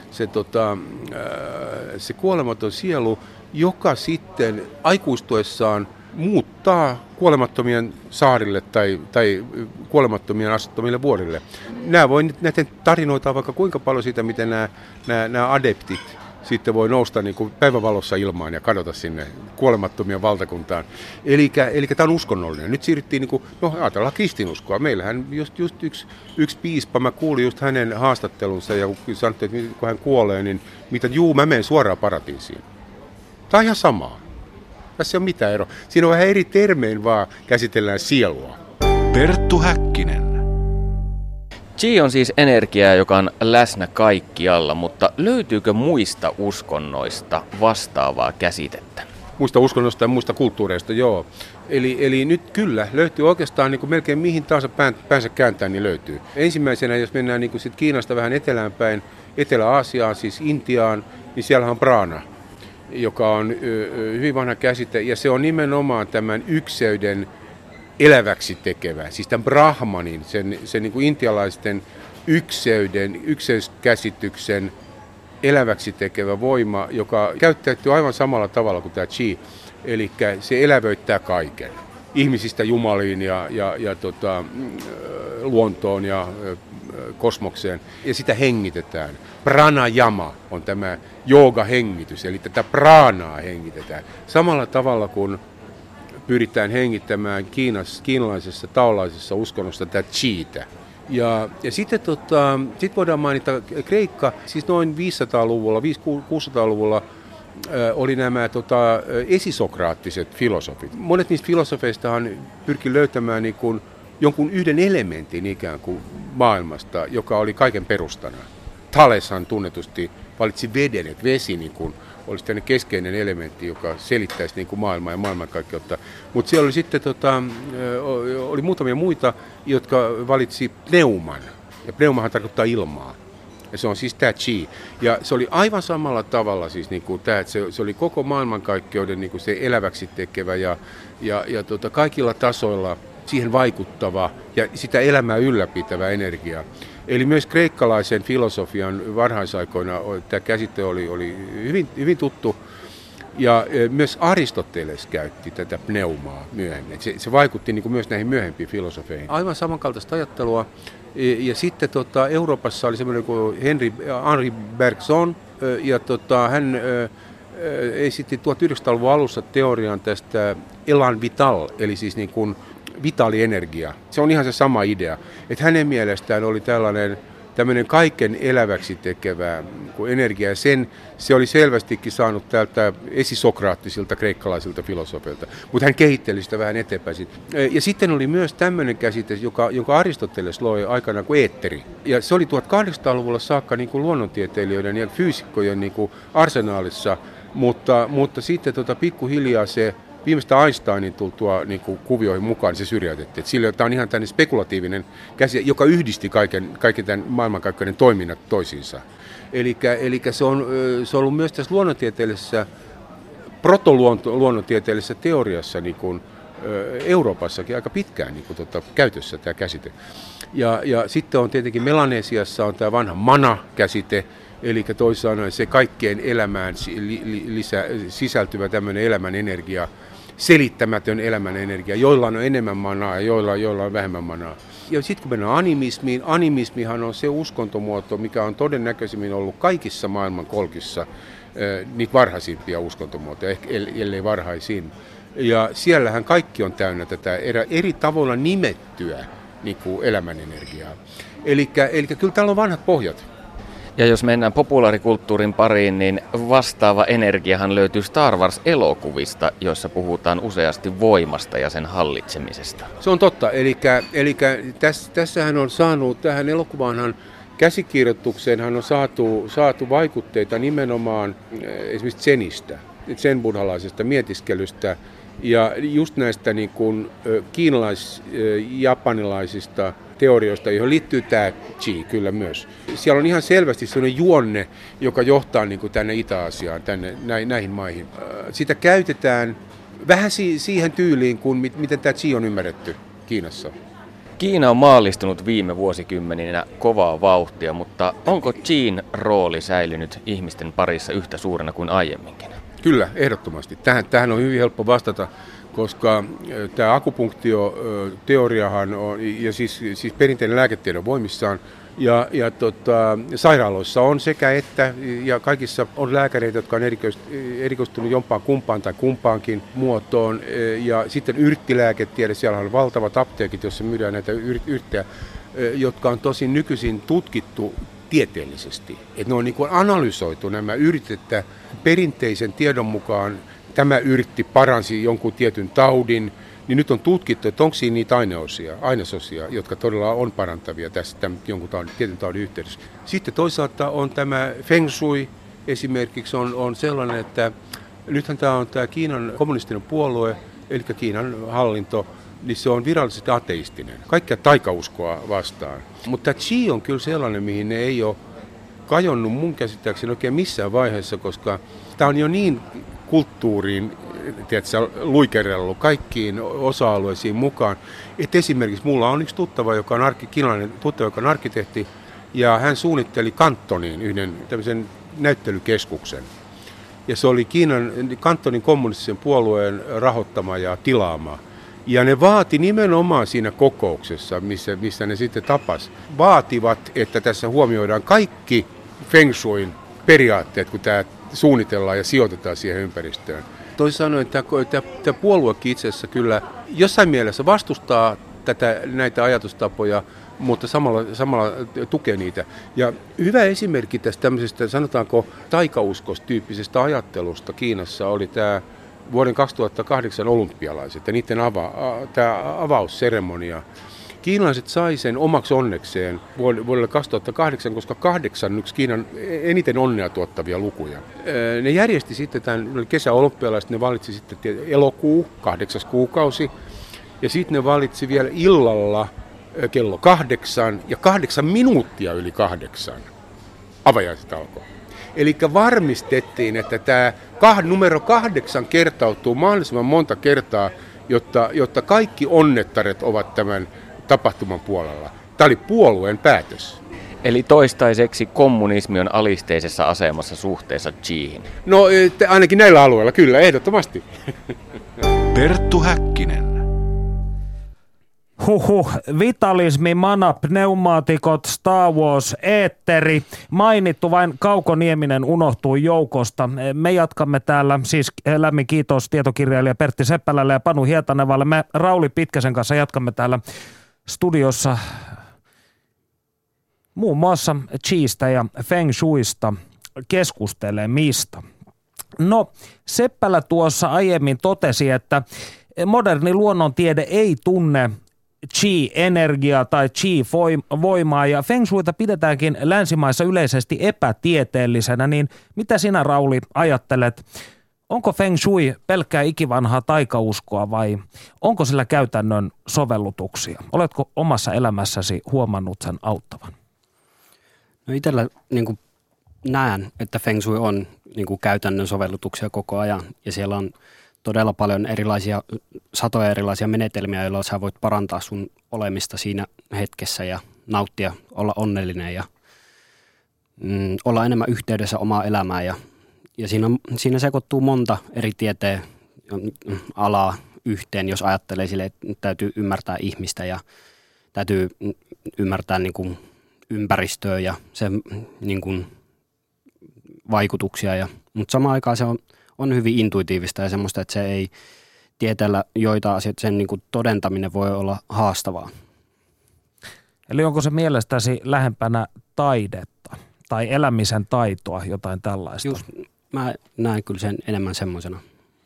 se kuolematon sielu, joka sitten aikuistuessaan muuttaa kuolemattomien saarille tai kuolemattomien asuttamille vuorille. Näiden tarinoita on vaikka kuinka paljon siitä, miten nämä adeptit sitten voi nousta niin kuin päivävalossa ilmaan ja kadota sinne kuolemattomien valtakuntaan. Eli tämä on uskonnollinen. Nyt siirryttiin, niin kuin, ajatellaan kristinuskoa. Meillähän just yksi piispa, mä kuulin just hänen haastattelunsa ja kun sanottiin, että kun hän kuolee, niin mä menen suoraan paratiisiin. Tämä on ihan samaa. Tässä ei ole mitään eroa. Siinä on vähän eri termein vaan käsitellään sielua. Perttu Häkkinen. Chi on siis energiaa, joka on läsnä kaikkialla, mutta löytyykö muista uskonnoista vastaavaa käsitettä? Muista uskonnoista ja muista kulttuureista, joo. Eli nyt kyllä, löytyy oikeastaan niin kuin melkein mihin tahansa päänsä kääntää, niin löytyy. Ensimmäisenä, jos mennään niin kuin sit Kiinasta vähän etelään päin, Etelä-Aasiaan, siis Intiaan, niin siellä on prana, joka on hyvin vanha käsite, ja se on nimenomaan tämän ykseyden eläväksi tekevä, siis tämän brahmanin, sen niin kuin intialaisten ykseyskäsityksen eläväksi tekevä voima, joka käyttäytyy aivan samalla tavalla kuin tämä chi, eli se elävöittää kaiken, ihmisistä jumaliin ja luontoon ja kosmokseen, ja sitä hengitetään. Pranayama on tämä jooga-hengitys, eli tätä pranaa hengitetään. Samalla tavalla kuin pyritään hengittämään kiinalaisessa taolaisessa uskonnossa tätä chiitä. Ja sitten sit voidaan mainita Kreikka, siis noin 500-luvulla, 500-600-luvulla oli nämä esisokraattiset filosofit. Monet niistä filosofeistahan pyrki löytämään niin kuin jonkun yhden elementin ikään kuin maailmasta, joka oli kaiken perustana. Thaleshan tunnetusti valitsi veden, että vesi niin kuin olisi tämmöinen keskeinen elementti, joka selittäisi niin kuin maailmaa ja maailmankaikkeutta. Mutta siellä oli sitten oli muutamia muita, jotka valitsi pneuman. Ja pneumahan tarkoittaa ilmaa. Ja se on siis tämä chi. Ja se oli aivan samalla tavalla siis niin kuin tämä, että se oli koko maailmankaikkeuden niin kuin se eläväksi tekevä ja kaikilla tasoilla siihen vaikuttava ja sitä elämää ylläpitävä energia. Eli myös kreikkalaisen filosofian varhaisaikoina tämä käsite oli hyvin tuttu. Ja myös Aristoteles käytti tätä pneumaa myöhemmin. Se vaikutti niin kuin myös näihin myöhempiin filosofeihin. Aivan samankaltaista ajattelua. Ja sitten Euroopassa oli semmoinen kuin Henri Bergson, ja hän esitti 1900-luvun alussa teorian tästä elan vital, eli siis niin kuin vitaalienergia. Se on ihan se sama idea, että hänen mielestään oli tämmöinen kaiken eläväksi tekevä energia, ja se oli selvästikin saanut tältä esisokraattisilta kreikkalaisilta filosofeilta, mutta hän kehitteli sitä vähän eteenpäin. Ja sitten oli myös tämmöinen käsite, jonka Aristoteles loi aikanaan kuin eetteri. Ja se oli 1800-luvulla saakka niin kuin luonnontieteilijöiden ja fyysikkojen niin kuin arsenaalissa, mutta sitten pikkuhiljaa se viimeistä Einsteinin tultua niin kuin kuvioihin mukaan se syrjäytettiin. Sillä tämä on ihan tämmöinen spekulatiivinen käsite, joka yhdisti kaiken tämän maailmankaikkeuden toiminnat toisiinsa. Eli se on ollut myös tässä luonnontieteellisessä, protoluonnontieteellisessä teoriassa niin kuin Euroopassakin aika pitkään niin kuin käytössä tämä käsite. Ja sitten on tietenkin Melanesiassa on tämä vanha mana-käsite, eli toisin sanoen se kaikkeen elämään sisältyvä tämmöinen elämän energia, selittämätön elämän energia, joilla on enemmän manaa ja joilla on vähemmän manaa. Ja sitten kun mennään animismiin, animismihan on se uskontomuoto, mikä on todennäköisimmin ollut kaikissa maailman kolkissa niitä varhaisimpia uskontomuotoja, ellei varhaisin. Ja siellähän kaikki on täynnä tätä eri tavoilla nimettyä niin kuin elämän energiaa. Eli kyllä täällä on vanhat pohjat. Ja jos mennään populaarikulttuurin pariin, niin vastaava energiahan löytyy Star Wars-elokuvista, joissa puhutaan useasti voimasta ja sen hallitsemisesta. Se on totta. Eli tässähän on saanut, tähän elokuvaanhan käsikirjoitukseenhan on saatu vaikutteita nimenomaan esimerkiksi Zenistä, zen-buddhalaisesta mietiskelystä ja just näistä niin kuin kiinalais-japanilaisista teorioista, johon liittyy tämä Qi kyllä myös. Siellä on ihan selvästi sellainen juonne, joka johtaa niin kuin tänne Itä-Asiaan, näihin maihin. Sitä käytetään vähän siihen tyyliin, kuin miten tämä Qi on ymmärretty Kiinassa. Kiina on maallistunut viime vuosikymmeninä kovaa vauhtia, mutta onko Qin rooli säilynyt ihmisten parissa yhtä suurena kuin aiemminkin? Kyllä, ehdottomasti. Tähän on hyvin helppo vastata, koska tämä akupunktioteoriahan on, ja siis perinteinen lääketiedon voimissaan, ja sairaaloissa on sekä että, ja kaikissa on lääkäreitä, jotka on erikoistunut jompaan kumpaan tai kumpaankin muotoon, ja sitten yrttilääketiede, siellä on valtavat apteekit, joissa myydään näitä yrttejä, jotka on tosin nykyisin tutkittu tieteellisesti. Että ne on niin kuin analysoitu nämä yrtit, että perinteisen tiedon mukaan tämä yrtti paransi jonkun tietyn taudin, niin nyt on tutkittu, että onko siinä niitä ainesosia, jotka todella on parantavia tässä jonkun tietyn taudin yhteydessä. Sitten toisaalta on tämä Feng Shui esimerkiksi on sellainen, että nythän tämä on tämä Kiinan kommunistinen puolue, eli Kiinan hallinto, niin se on virallisesti ateistinen. Kaikkea taikauskoa vastaan. Mutta tämä Qi on kyllä sellainen, mihin ne ei ole kajonnut mun käsittääkseni oikein missään vaiheessa, koska tämä on jo niin kulttuuriin luikerellut kaikkiin osa-alueisiin mukaan. Et esimerkiksi mulla on yksi tuttava, joka on kiinalainen tuttava, joka on arkkitehti, ja hän suunnitteli Kantoniin yhden tämmöisen näyttelykeskuksen. Ja se oli Kantonin kommunistisen puolueen rahoittama ja tilaama. Ja ne vaati nimenomaan siinä kokouksessa, missä ne sitten tapas, vaativat, että tässä huomioidaan kaikki Feng Shuin periaatteet, kun tämä suunnitellaan ja sijoitetaan siihen ympäristöön. Toisin sanoen, tämä puoluekin itse asiassa kyllä jossain mielessä vastustaa näitä ajatustapoja, mutta samalla tukee niitä. Ja hyvä esimerkki tästä tämmöisestä, sanotaanko taikauskostyyppisestä ajattelusta Kiinassa oli tämä vuoden 2008 olympialaiset ja niiden tämä avausseremonia. Kiinalaiset sai sen omaksi onnekseen vuodelle 2008, koska 8 on yksi Kiinan eniten onnea tuottavia lukuja. Ne järjesti sitten tämän kesäolympialaiset, ne valitsi sitten elokuu, 8. kuukausi, ja sitten ne valitsi vielä illalla kello 8 ja 8 minuuttia yli 8 avajaiset alkoi. Eli varmistettiin, että tämä numero 8 kertautuu mahdollisimman monta kertaa jotta kaikki onnettaret ovat tämän tapahtuman puolella. Tämä oli puolueen päätös. Eli toistaiseksi kommunismi on alisteisessa asemassa suhteessa Xihin. No ainakin näillä alueilla, kyllä, ehdottomasti. Perttu Häkkinen. Vitalismi, mana, pneumaatikot, Star Wars, eetteri. Mainittu vain Kauko Nieminen unohtui joukosta. Me jatkamme täällä, siis lämmin kiitos tietokirjailija Pertti Seppälälle ja Panu Hietanevalle. Me Rauli Pitkäsen kanssa jatkamme täällä studiossa muun muassa Qistä ja Feng Shuista keskustelemista. No, Seppälä tuossa aiemmin totesi, että moderni luonnontiede ei tunne Qi-energiaa tai Qi-voimaa ja Feng Shuita pidetäänkin länsimaissa yleisesti epätieteellisenä, niin mitä sinä, Rauli, ajattelet? Onko Feng Shui pelkkää ikivanhaa taikauskoa vai onko sillä käytännön sovellutuksia? Oletko omassa elämässäsi huomannut sen auttavan? No itsellä niin näen, että Feng Shui on niin käytännön sovellutuksia koko ajan ja siellä on todella paljon satoja erilaisia menetelmiä, joilla sä voit parantaa sun olemista siinä hetkessä ja nauttia, olla onnellinen ja olla enemmän yhteydessä omaa elämää. Ja siinä sekoittuu monta eri tieteen alaa yhteen, jos ajattelee sille, että täytyy ymmärtää ihmistä ja täytyy ymmärtää niin kuin ympäristöä ja sen niin kuin vaikutuksia. Mutta samaan aikaan se on hyvin intuitiivista ja semmoista, että se ei tieteellä joita asioita, sen niin kuin todentaminen voi olla haastavaa. Eli onko se mielestäsi lähempänä taidetta tai elämisen taitoa, jotain tällaista? Just, mä näen kyllä sen enemmän semmoisena.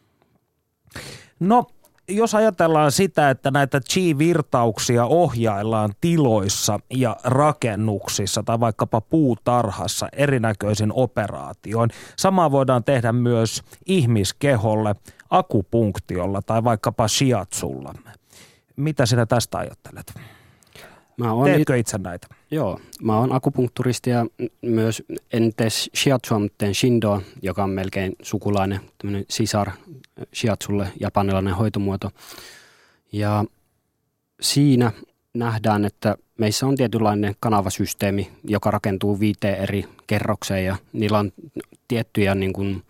No, jos ajatellaan sitä, että näitä Qi-virtauksia ohjaillaan tiloissa ja rakennuksissa tai vaikkapa puutarhassa erinäköisin operaatioin, samaa voidaan tehdä myös ihmiskeholle akupunktiolla tai vaikkapa shiatsulla. Mitä sinä tästä ajattelet? Teetkö itse näitä? Joo, mä oon akupunkturisti ja myös en tee shiatsua, mutta teen shindoa, joka on melkein sukulainen, tämmöinen sisar shiatsulle, japanilainen hoitomuoto. Ja siinä nähdään, että meissä on tietynlainen kanavasysteemi, joka rakentuu 5 eri kerrokseen ja niillä on tiettyjä niin kuin,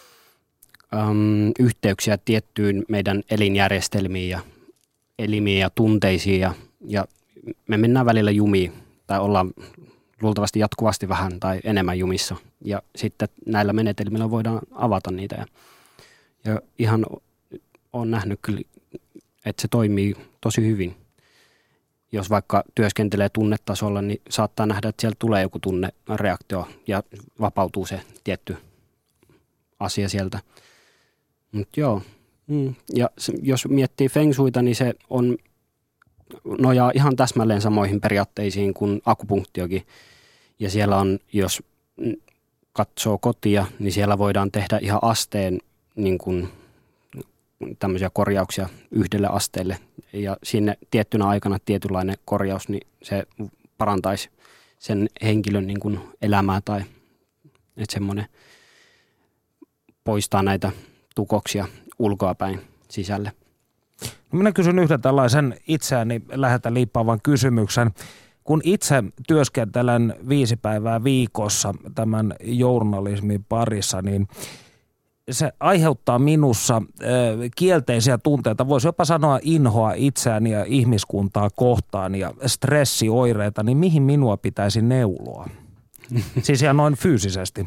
yhteyksiä tiettyyn meidän elinjärjestelmiin ja elimiin ja tunteisiin ja me mennään välillä jumiin tai ollaan luultavasti jatkuvasti vähän tai enemmän jumissa ja sitten näillä menetelmillä voidaan avata niitä ja ihan olen nähnyt kyllä, että se toimii tosi hyvin. Jos vaikka työskentelee tunnetasolla, niin saattaa nähdä, että siellä tulee joku tunnereaktio ja vapautuu se tietty asia sieltä. Mutta joo, ja jos miettii Feng Shuita, niin se nojaa ihan täsmälleen samoihin periaatteisiin kuin akupunktiokin. Ja siellä on, jos katsoo kotia, niin siellä voidaan tehdä ihan asteen niin kuin tämmöisiä korjauksia yhdelle asteelle. Ja sinne tiettynä aikana tietynlainen korjaus, niin se parantaisi sen henkilön niin kuin elämää tai että semmoinen poistaa näitä tukoksia ulkoapäin sisälle. Minä kysyn yhden tällaisen itseäni läheltä liippaavan kysymyksen. Kun itse työskentelen 5 päivää viikossa tämän journalismin parissa, niin se aiheuttaa minussa kielteisiä tunteita. Voisi jopa sanoa inhoa itseäni ja ihmiskuntaa kohtaan ja stressioireita, niin mihin minua pitäisi neuloa? Siis ihan noin fyysisesti.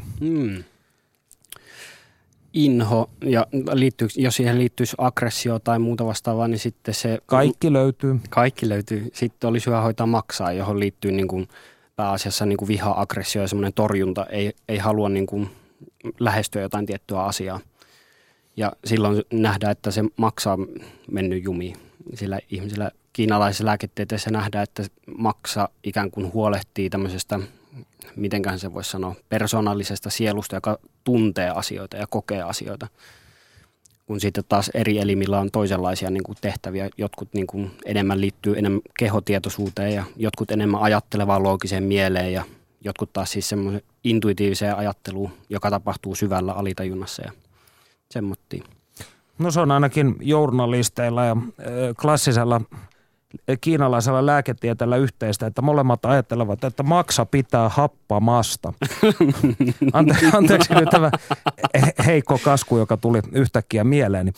Inho, ja jos siihen liittyisi aggressio tai muuta vastaavaa, niin sitten se... Kaikki löytyy. Kaikki löytyy. Sitten olisi hyvä hoitaa maksaa, johon liittyy niin kuin pääasiassa niin kuin viha, aggressio ja semmoinen torjunta. Ei halua niin kuin lähestyä jotain tiettyä asiaa. Ja silloin nähdään, että se maksaa mennyt jumiin. Sillä ihmisillä kiinalaisessa lääketieteessä nähdään, että maksa ikään kuin huolehtii tämmöisestä, mitenköhän se voisi sanoa, persoonallisesta sielusta, joka tuntee asioita ja kokee asioita. Kun sitten taas eri elimillä on toisenlaisia niin kuin tehtäviä. Jotkut niin kuin enemmän liittyy enemmän kehotietoisuuteen ja jotkut enemmän ajattelevaan loogiseen mieleen ja jotkut taas siis semmoisen intuitiiviseen ajatteluun, joka tapahtuu syvällä alitajunnassa ja semmoittiin. No se on ainakin journalisteilla ja klassisella kiinalaisella lääketieteellä yhteistä, että molemmat ajattelevat, että maksa pitää happamasta. Anteeksi nyt tämä heikko kasku, joka tuli yhtäkkiä mieleeni.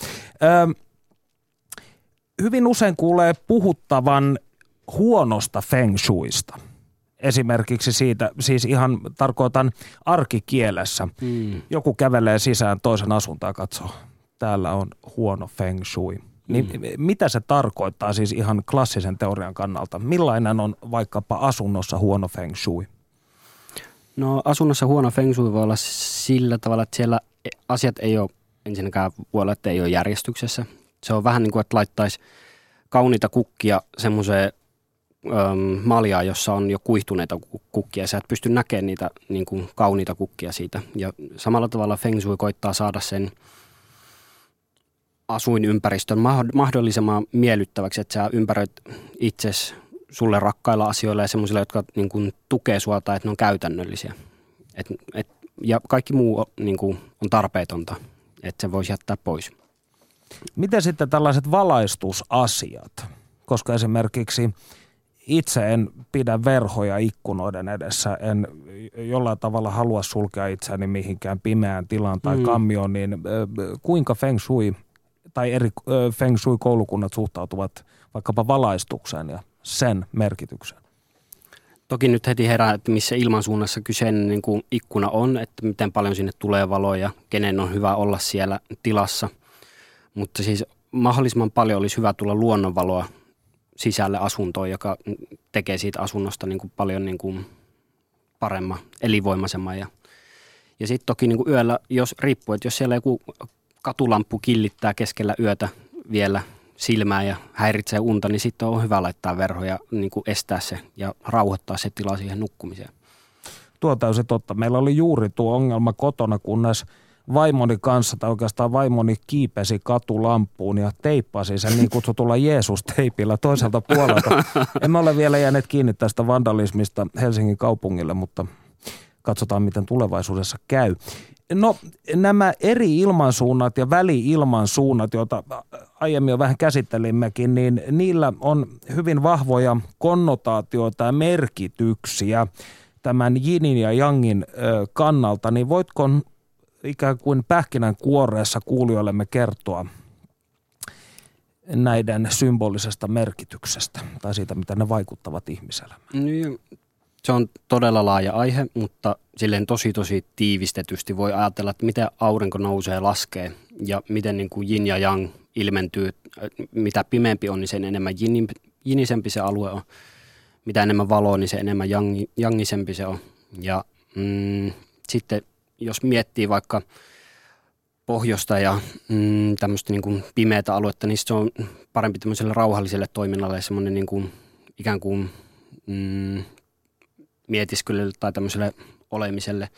Hyvin usein kuulee puhuttavan huonosta feng shuista. Esimerkiksi siitä, siis ihan tarkoitan arkikielessä. Joku kävelee sisään toisen asuntoon ja katsoo, täällä on huono feng shui. Niin mitä se tarkoittaa siis ihan klassisen teorian kannalta? Millainen on vaikkapa asunnossa huono feng shui? No asunnossa huono feng shui voi olla sillä tavalla, että siellä asiat ei ole, ensinnäkään voi olla, että ei ole järjestyksessä. Se on vähän niin kuin, että laittaisi kauniita kukkia semmoiseen maljaa, jossa on jo kuihtuneita kukkia. Sä et pysty näkemään niitä niin kuin kauniita kukkia siitä. Ja samalla tavalla feng shui koittaa saada sen asuinympäristön mahdollisimman miellyttäväksi, että sä ympäröit itsesi sulle rakkailla asioilla ja semmoisilla, jotka niin kuin tukee sua tai että ne on käytännöllisiä. Ja kaikki muu niin kuin on tarpeetonta, että se voisi jättää pois. Miten sitten tällaiset valaistusasiat? Koska esimerkiksi itse en pidä verhoja ikkunoiden edessä, en jollain tavalla halua sulkea itseäni mihinkään pimeään tilaan tai kammioon, niin kuinka feng shui tai eri feng shui-koulukunnat suhtautuvat vaikkapa valaistukseen ja sen merkitykseen? Toki nyt heti herää, että missä ilmansuunnassa kyseinen niin kuin ikkuna on, että miten paljon sinne tulee valoa ja kenen on hyvä olla siellä tilassa. Mutta siis mahdollisimman paljon olisi hyvä tulla luonnonvaloa sisälle asuntoon, joka tekee siitä asunnosta niin kuin paljon niin kuin paremman, elinvoimaisemman. Ja sitten toki niin kuin yöllä, jos riippuu, että jos siellä joku katulamppu killittää keskellä yötä vielä silmää ja häiritsee unta, niin sitten on hyvä laittaa verho ja niin kuin estää se ja rauhoittaa se tila siihen nukkumiseen. Tuo täysin totta. Meillä oli juuri tuo ongelma kotona, kunnes vaimoni kanssa, tai oikeastaan vaimoni kiipesi katulampuun ja teippasi sen niin kutsutulla Jeesus-teipillä toiselta puolelta. Emme ole vielä jääneet kiinni tästä vandalismista Helsingin kaupungille, mutta katsotaan, miten tulevaisuudessa käy. No nämä eri ilmansuunnat ja väli-ilmansuunnat, joita aiemmin jo vähän käsittelimmekin, niin niillä on hyvin vahvoja konnotaatioita ja merkityksiä tämän jinin ja jangin kannalta. Niin voitko ikään kuin pähkinän kuoreessa kuulijoillemme kertoa näiden symbolisesta merkityksestä tai siitä, mitä ne vaikuttavat ihmiselämään? Niin, se on todella laaja aihe, mutta silleen tosi tiivistetysti voi ajatella, että miten aurinko nousee ja laskee ja miten niin kuin yin ja yang ilmentyy. Mitä pimeämpi on, niin sen enemmän jinisempi se alue on. Mitä enemmän valoa, niin se enemmän jangisempi se on. Ja sitten jos miettii vaikka pohjoista ja tämmöistä niin kuin pimeätä aluetta, niin se on parempi tämmöiselle rauhalliselle toiminnalle semmoinen niin kuin ikään kuin mietiskelylle tai tämmöiselle olemiselle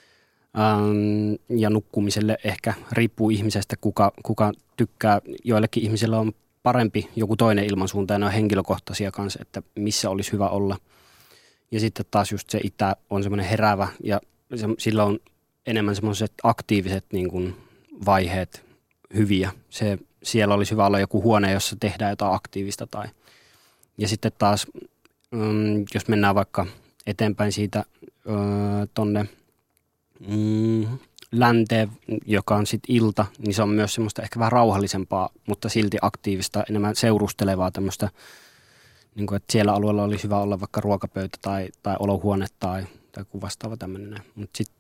ja nukkumiselle ehkä riippuu ihmisestä, kuka tykkää. Joillekin ihmisillä on parempi joku toinen ilmansuunta ja ne on henkilökohtaisia kanssa, että missä olisi hyvä olla. Ja sitten taas just se itä on semmoinen heräävä ja sillä on enemmän semmoiset aktiiviset niin kuin vaiheet hyviä. Siellä olisi hyvä olla joku huone, jossa tehdään jotain aktiivista. Ja sitten taas, jos mennään vaikka eteenpäin siitä tonne länteen, joka on sitten ilta, niin se on myös semmoista ehkä vähän rauhallisempaa, mutta silti aktiivista, enemmän seurustelevaa tämmöistä, niin kuin, että siellä alueella olisi hyvä olla vaikka ruokapöytä tai olohuone tai vastaava tämmöinen. Mutta sitten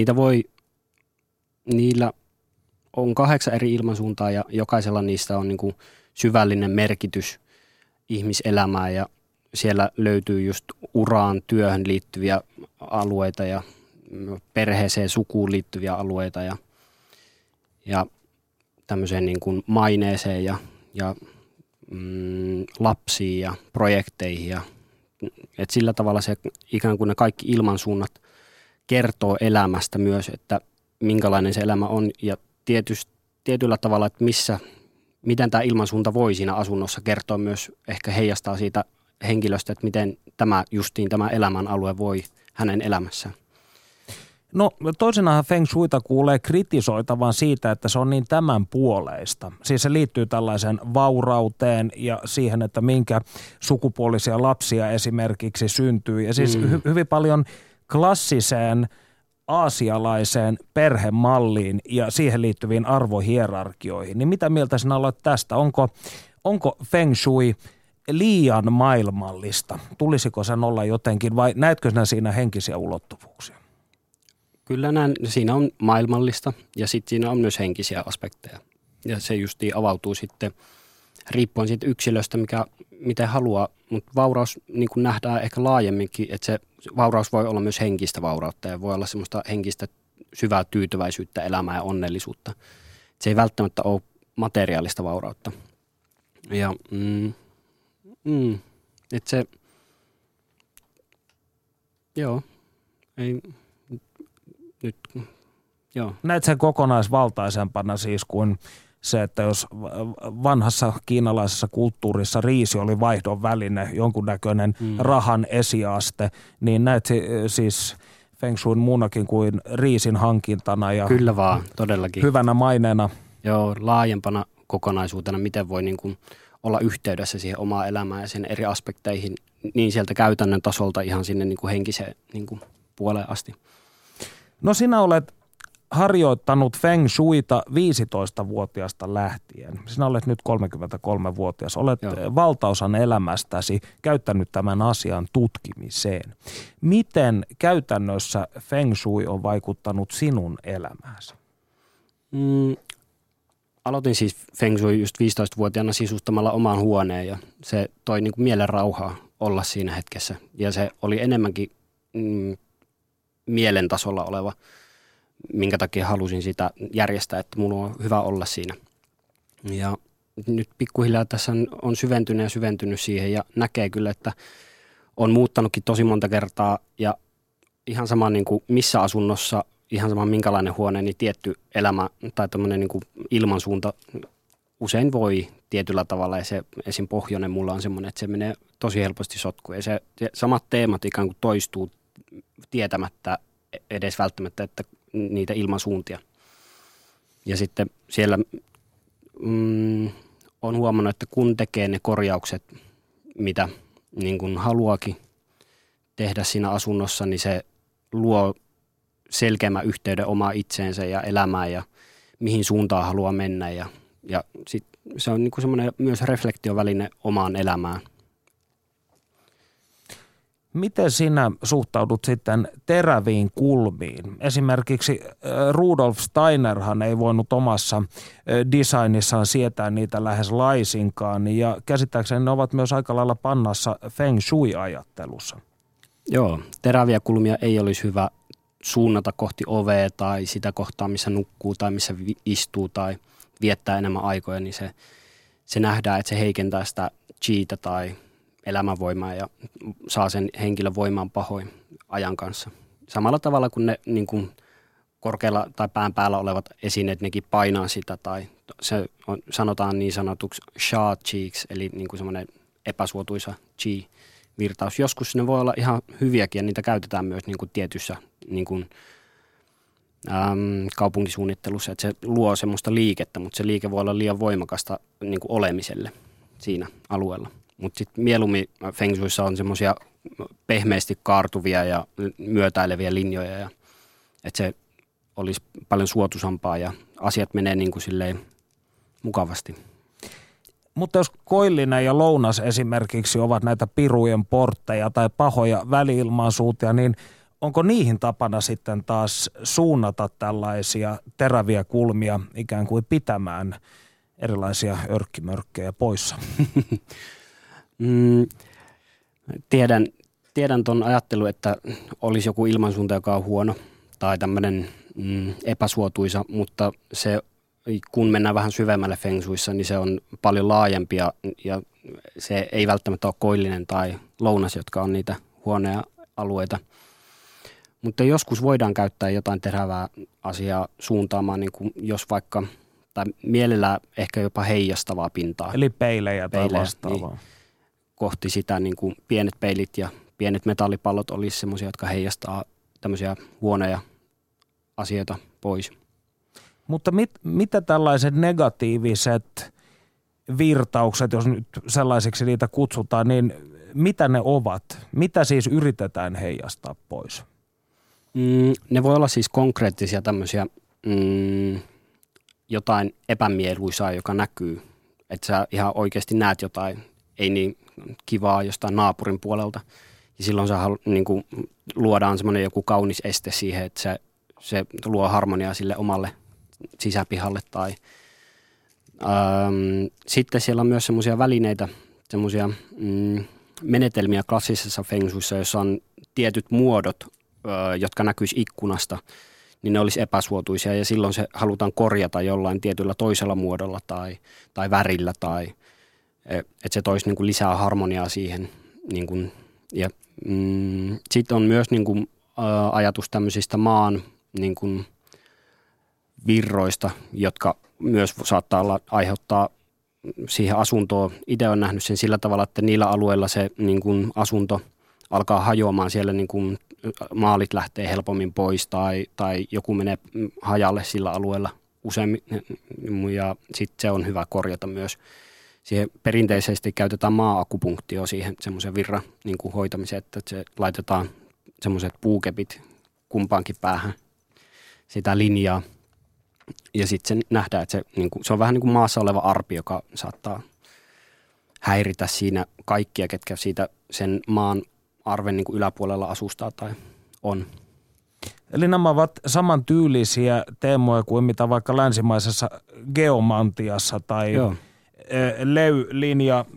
niillä on 8 eri ilmansuuntaa ja jokaisella niistä on niin kuin syvällinen merkitys ihmiselämään ja siellä löytyy just uraan, työhön liittyviä alueita ja perheeseen, sukuun liittyviä alueita ja tämmöiseen niin kuin maineeseen ja lapsiin ja projekteihin. Et sillä tavalla se ikään kuin ne kaikki ilmansuunnat kertoo elämästä myös, että minkälainen se elämä on ja tietyllä tavalla, että miten tämä ilmansuunta voi siinä asunnossa kertoa myös, ehkä heijastaa siitä henkilöstä, että miten tämä elämän alue voi hänen elämässään. No toisinaan Feng Shuita kuulee kritisoitavan siitä, että se on niin tämänpuoleista. Siis se liittyy tällaiseen vaurauteen ja siihen, että minkä sukupuolisia lapsia esimerkiksi syntyy. Ja siis hyvin paljon klassiseen aasialaiseen perhemalliin ja siihen liittyviin arvohierarkioihin. Niin mitä mieltä sinä olet tästä? Onko Feng Shui liian maailmallista? Tulisiko sen olla jotenkin vai näetkö sinä siinä henkisiä ulottuvuuksia? Kyllä siinä on maailmallista ja sitten siinä on myös henkisiä aspekteja. Ja se justiin avautuu sitten riippuen siitä yksilöstä, miten haluaa. Mutta vauraus niin kuin nähdään ehkä laajemminkin, että se vauraus voi olla myös henkistä vaurautta ja voi olla semmoista henkistä syvää tyytyväisyyttä, elämää ja onnellisuutta. Et se ei välttämättä ole materiaalista vaurautta. Ja että se, joo, ei nyt, joo. Näet sen kokonaisvaltaisempana siis kuin se, että jos vanhassa kiinalaisessa kulttuurissa riisi oli vaihdon väline, jonkunnäköinen rahan esiaste, niin näet siis Feng Shuin muunakin kuin riisin hankintana ja kyllä vaan, todellakin. Hyvänä maineena. Joo, laajempana kokonaisuutena, miten voi niin kuin olla yhteydessä siihen omaan elämään ja sen eri aspekteihin, niin sieltä käytännön tasolta ihan sinne niin kuin henkiseen niin kuin puoleen asti. No sinä olet harjoittanut Feng Shuita 15-vuotiaasta lähtien. Sinä olet nyt 33-vuotias. Olet valtaosan elämästäsi käyttänyt tämän asian tutkimiseen. Miten käytännössä Feng Shui on vaikuttanut sinun elämääsi? Aloitin siis Feng Shui just 15-vuotiaana sisustamalla oman huoneen ja se toi niin kuin mielen rauhaa olla siinä hetkessä. Ja se oli enemmänkin mielen tasolla oleva, minkä takia halusin sitä järjestää, että mulla on hyvä olla siinä. Ja nyt pikkuhiljaa tässä on syventynyt siihen ja näkee kyllä, että on muuttanutkin tosi monta kertaa ja ihan sama niin kuin missä asunnossa, ihan sama minkälainen huone, niin tietty elämä tai tämmöinen niin kuin ilmansuunta usein voi tietyllä tavalla ja se esim. Pohjoinen mulla on semmoinen, että se menee tosi helposti sotkuun ja se samat teemat ikään kuin toistuu tietämättä edes välttämättä, että niitä ilmansuuntia. Ja sitten siellä on huomannut, että kun tekee ne korjaukset, mitä niin kuin haluakin tehdä siinä asunnossa, niin se luo selkeämmän yhteyden omaa itseensä ja elämään ja mihin suuntaan haluaa mennä. Ja sit se on niin kuin semmoinen myös reflektioväline omaan elämään. Miten sinä suhtaudut sitten teräviin kulmiin? Esimerkiksi Rudolf Steinerhan ei voinut omassa designissaan sietää niitä lähes laisinkaan, ja käsittääkseni ne ovat myös aika lailla pannassa Feng Shui-ajattelussa. Joo, teräviä kulmia ei olisi hyvä suunnata kohti ovea tai sitä kohtaa, missä nukkuu tai missä istuu tai viettää enemmän aikoja, niin se nähdään, että se heikentää sitä chiitä tai elämänvoimaa ja saa sen henkilön voimaan pahoin ajan kanssa. Samalla tavalla kuin ne niin kuin korkealla tai pään päällä olevat esineet, nekin painaa sitä tai se sanotaan niin sanotuksi sha cheeks, eli niin kuin semmoinen epäsuotuisa chi-virtaus. Joskus ne voi olla ihan hyviäkin ja niitä käytetään myös niin kuin tietyssä niin kuin, kaupunkisuunnittelussa, että se luo semmoista liikettä, mutta se liike voi olla liian voimakasta niin kuin olemiselle siinä alueella. Mutta sitten mieluummin Feng Shuissa on semmoisia pehmeästi kaartuvia ja myötäileviä linjoja, ja että se olisi paljon suotuisampaa ja asiat menee niin kuin silleen mukavasti. Mutta jos koillinen ja lounas esimerkiksi ovat näitä pirujen portteja tai pahoja väli-ilmansuutia, niin onko niihin tapana sitten taas suunnata tällaisia teräviä kulmia ikään kuin pitämään erilaisia örkkimörkkejä poissa? Tiedän ton ajattelu, että olisi joku ilmansuunta, joka on huono tai tämmöinen epäsuotuisa, mutta se, kun mennään vähän syvemmälle Feng Shuissa, niin se on paljon laajempia ja se ei välttämättä ole koillinen tai lounas, jotka on niitä huonoja alueita. Mutta joskus voidaan käyttää jotain terävää asiaa suuntaamaan, niin kuin jos vaikka, tai mielellään ehkä jopa heijastavaa pintaa. Eli peilejä tai vastaavaa. Niin, kohti sitä niin kuin pienet peilit ja pienet metallipallot olisi semmoisia, jotka heijastaa tämmöisiä huonoja asioita pois. Mutta mitä tällaiset negatiiviset virtaukset, jos nyt sellaisiksi niitä kutsutaan, niin mitä ne ovat? Mitä siis yritetään heijastaa pois? Ne voi olla siis konkreettisia tämmöisiä jotain epämieluisaa, joka näkyy. Että sä ihan oikeasti näet jotain ei niin kivaa jostain naapurin puolelta. Ja silloin niin kuin luodaan semmoinen joku kaunis este siihen, että se luo harmoniaa sille omalle sisäpihalle. Sitten siellä on myös semmoisia välineitä, semmoisia menetelmiä klassisessa feng shuissa, jossa on tietyt muodot, jotka näkyisi ikkunasta, niin ne olisi epäsuotuisia ja silloin se halutaan korjata jollain tietyllä toisella muodolla tai värillä tai että se toisi niin kuin lisää harmoniaa siihen. Niin kuin, ja sitten on myös niin kuin, ajatus tämmöisistä maan niin kuin virroista, jotka myös saattaa aiheuttaa siihen asuntoon. Itse olen nähnyt sen sillä tavalla, että niillä alueilla se niin kuin asunto alkaa hajoamaan, siellä niin kuin maalit lähtee helpommin pois tai joku menee hajalle sillä alueella useammin ja sitten se on hyvä korjata myös. Siihen perinteisesti käytetään maa-akupunktio siihen semmoisen virran niin kuin hoitamiseen, että se laitetaan semmoiset puukepit kumpaankin päähän sitä linjaa. Ja sitten se nähdään, että se on vähän niin kuin maassa oleva arpi, joka saattaa häiritä siinä kaikkia, ketkä siitä sen maan arven niin kuin yläpuolella asustaa tai on. Eli nämä ovat samantyylisiä teemoja kuin mitä vaikka länsimaisessa geomantiassa tai leylinja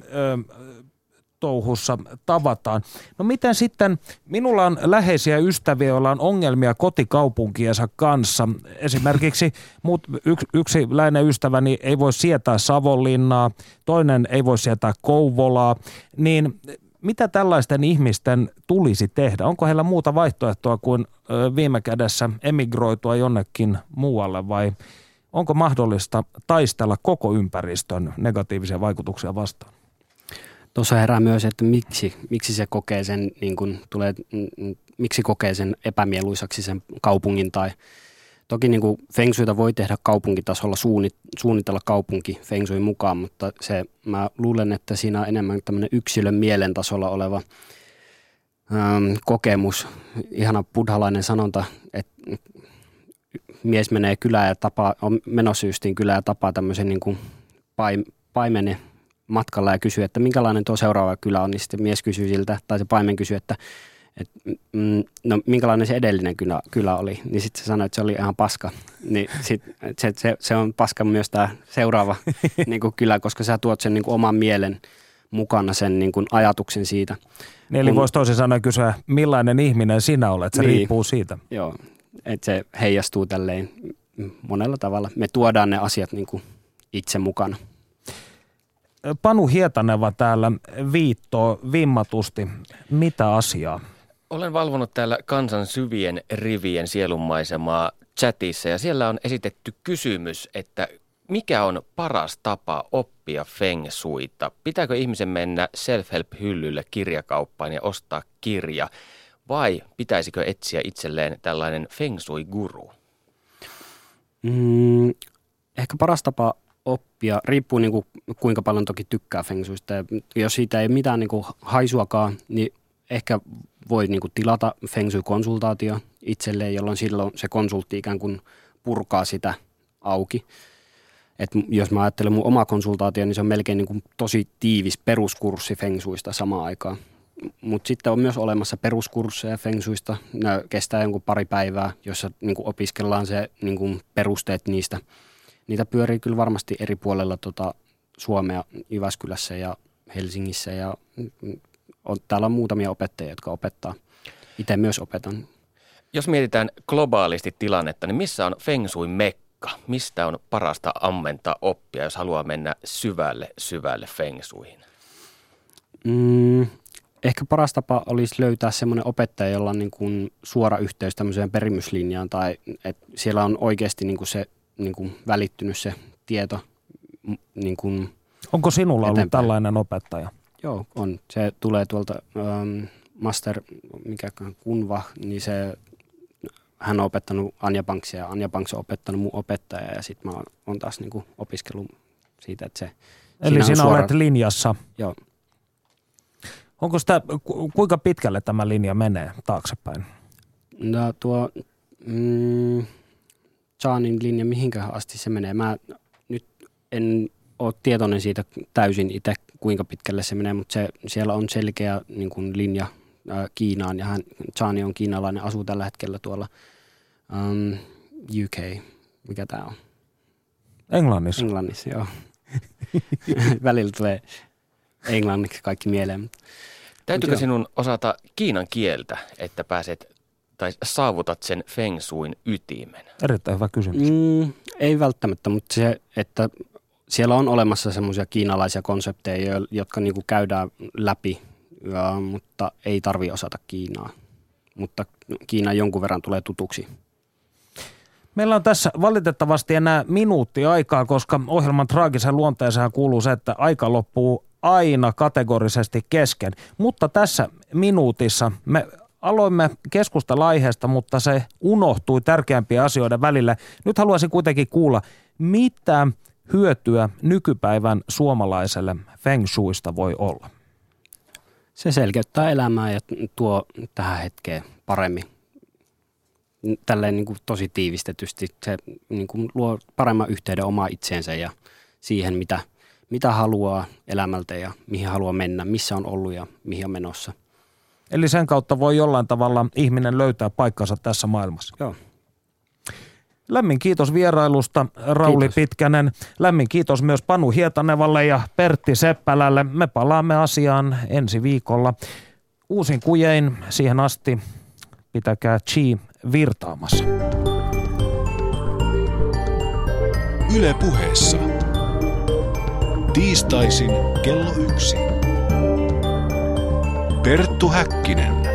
touhussa tavataan. No miten sitten, minulla on läheisiä ystäviä, joilla on ongelmia kotikaupunkiensa kanssa. Esimerkiksi yksiläinen ystäväni ei voi sietää Savonlinnaa, toinen ei voi sietää Kouvolaa, niin mitä tällaisten ihmisten tulisi tehdä? Onko heillä muuta vaihtoehtoa kuin viime kädessä emigroitua jonnekin muualle vai onko mahdollista taistella koko ympäristön negatiivisia vaikutuksia vastaan? Tuossa herää myös, että miksi se kokee sen, niin kuin miksi kokee sen epämieluisaksi sen kaupungin tai toki niin kuin feng shuita voi tehdä kaupunkitasolla, suunnitella kaupunki feng shuin mukaan, mutta mä luulen, että siinä on enemmän tämmöinen yksilön mielen tasolla oleva kokemus. Ihana buddhalainen sanonta, että mies menee kylään ja on menossa justiin kylään ja tapaa tämmöisen niin kuin paimenen matkalla ja kysyy, että minkälainen tuo seuraava kylä on, niin sitten mies kysyy siltä, tai se paimen kysyy, että no minkälainen se edellinen kylä oli, niin sitten se sanoi, että se oli ihan paska. Niin se on paska myös tämä seuraava niin kuin kylä, koska sä tuot sen niin kuin oman mielen mukana sen niin kuin ajatuksen siitä. Eli voisi toisin sanoen kysyä, millainen ihminen sinä olet, se riippuu siitä. Joo, että se heijastuu tälleen monella tavalla. Me tuodaan ne asiat niin kuin itse mukana. Panu Hietaneva täällä viittoo vimmatusti. Mitä asiaa? Olen valvonut täällä kansan syvien rivien sielunmaisemaa chatissa ja siellä on esitetty kysymys, että mikä on paras tapa oppia feng shuita? Pitääkö ihmisen mennä self-help-hyllylle kirjakauppaan ja ostaa kirja vai pitäisikö etsiä itselleen tällainen feng shui-guru? Ehkä paras tapa oppia, riippuu niin kuin, kuinka paljon toki tykkää feng shuista. Jos siitä ei mitään niin kuin haisuakaan, niin ehkä voi niin kuin tilata feng shui-konsultaatio itselleen, jolloin silloin se konsultti ikään kuin purkaa sitä auki. Et jos mä ajattelen mun oma konsultaatio, niin se on melkein niin kuin tosi tiivis peruskurssi feng shuista samaan aikaan. Mutta sitten on myös olemassa peruskursseja feng shuista. Ne kestää jonkun pari päivää, jossa niin kuin opiskellaan se niin kuin perusteet niistä. Niitä pyörii kyllä varmasti eri puolella Suomea, Jyväskylässä ja Helsingissä ja täällä on muutamia opettajia, jotka opettaa. Itse myös opetan. Jos mietitään globaalisti tilannetta, niin missä on feng shuin mekka? Mistä on parasta ammentaa oppia, jos haluaa mennä syvälle feng shuihin? Ehkä paras tapa olisi löytää semmoinen opettaja, jolla on niin kuin suora yhteys tämmöiseen perimyslinjaan tai että siellä on oikeasti niin kuin se niin kuin välittynyt se tieto. Niin kuin onko sinulla eteenpäin. Ollut tällainen opettaja? Joo, on. Se tulee tuolta Master, mikä Kunva, niin se hän on opettanut Anja Panksia ja Anja Panks on opettanut mun opettajaa ja sitten mä oon taas niin kuin opiskellut siitä, että se... Eli sinä olet linjassa. Joo. Onko sitä, kuinka pitkälle tämä linja menee taaksepäin? No tuo Jaanin linja, mihinköhän asti se menee? Mä nyt en ole tietoinen siitä täysin itse, kuinka pitkälle se menee, mutta siellä on selkeä niin kuin linja Kiinaan ja Jaani on kiinalainen, asuu tällä hetkellä tuolla UK, mikä tää on? Englannissa. Englannissa, joo. Välillä tulee englanniksi kaikki mieleen. Täytyykö sinun osata kiinan kieltä, että pääset tai saavutat sen feng shuin ytimen? Erittäin hyvä kysymys. Ei välttämättä, mutta se, että siellä on olemassa semmoisia kiinalaisia konsepteja, jotka niinku käydään läpi, mutta ei tarvitse osata Kiinaa. Mutta Kiina jonkun verran tulee tutuksi. Meillä on tässä valitettavasti enää minuutti aikaa, koska ohjelman traagisen luonteeseen kuuluu se, että aika loppuu aina kategorisesti kesken. Mutta tässä minuutissa me aloimme keskustella aiheesta, mutta se unohtui tärkeämpien asioiden välillä. Nyt haluaisin kuitenkin kuulla, mitä hyötyä nykypäivän suomalaiselle feng shuista voi olla? Se selkeyttää elämää ja tuo tähän hetkeen paremmin. Tälleen niin kuin tosi tiivistetysti se niin kuin luo paremman yhteyden omaa itseensä ja siihen, mitä haluaa elämältä ja mihin haluaa mennä, missä on ollut ja mihin on menossa. Eli sen kautta voi jollain tavalla ihminen löytää paikkansa tässä maailmassa. Joo. Lämmin kiitos vierailusta, Rauli Kiitos. Pitkänen. Lämmin kiitos myös Panu Hietanevalle ja Pertti Seppälälle. Me palaamme asiaan ensi viikolla. Uusin kujein siihen asti. Pitäkää chi virtaamassa. Yle Puheessa. Tiistaisin kello 1. Perttu Häkkinen.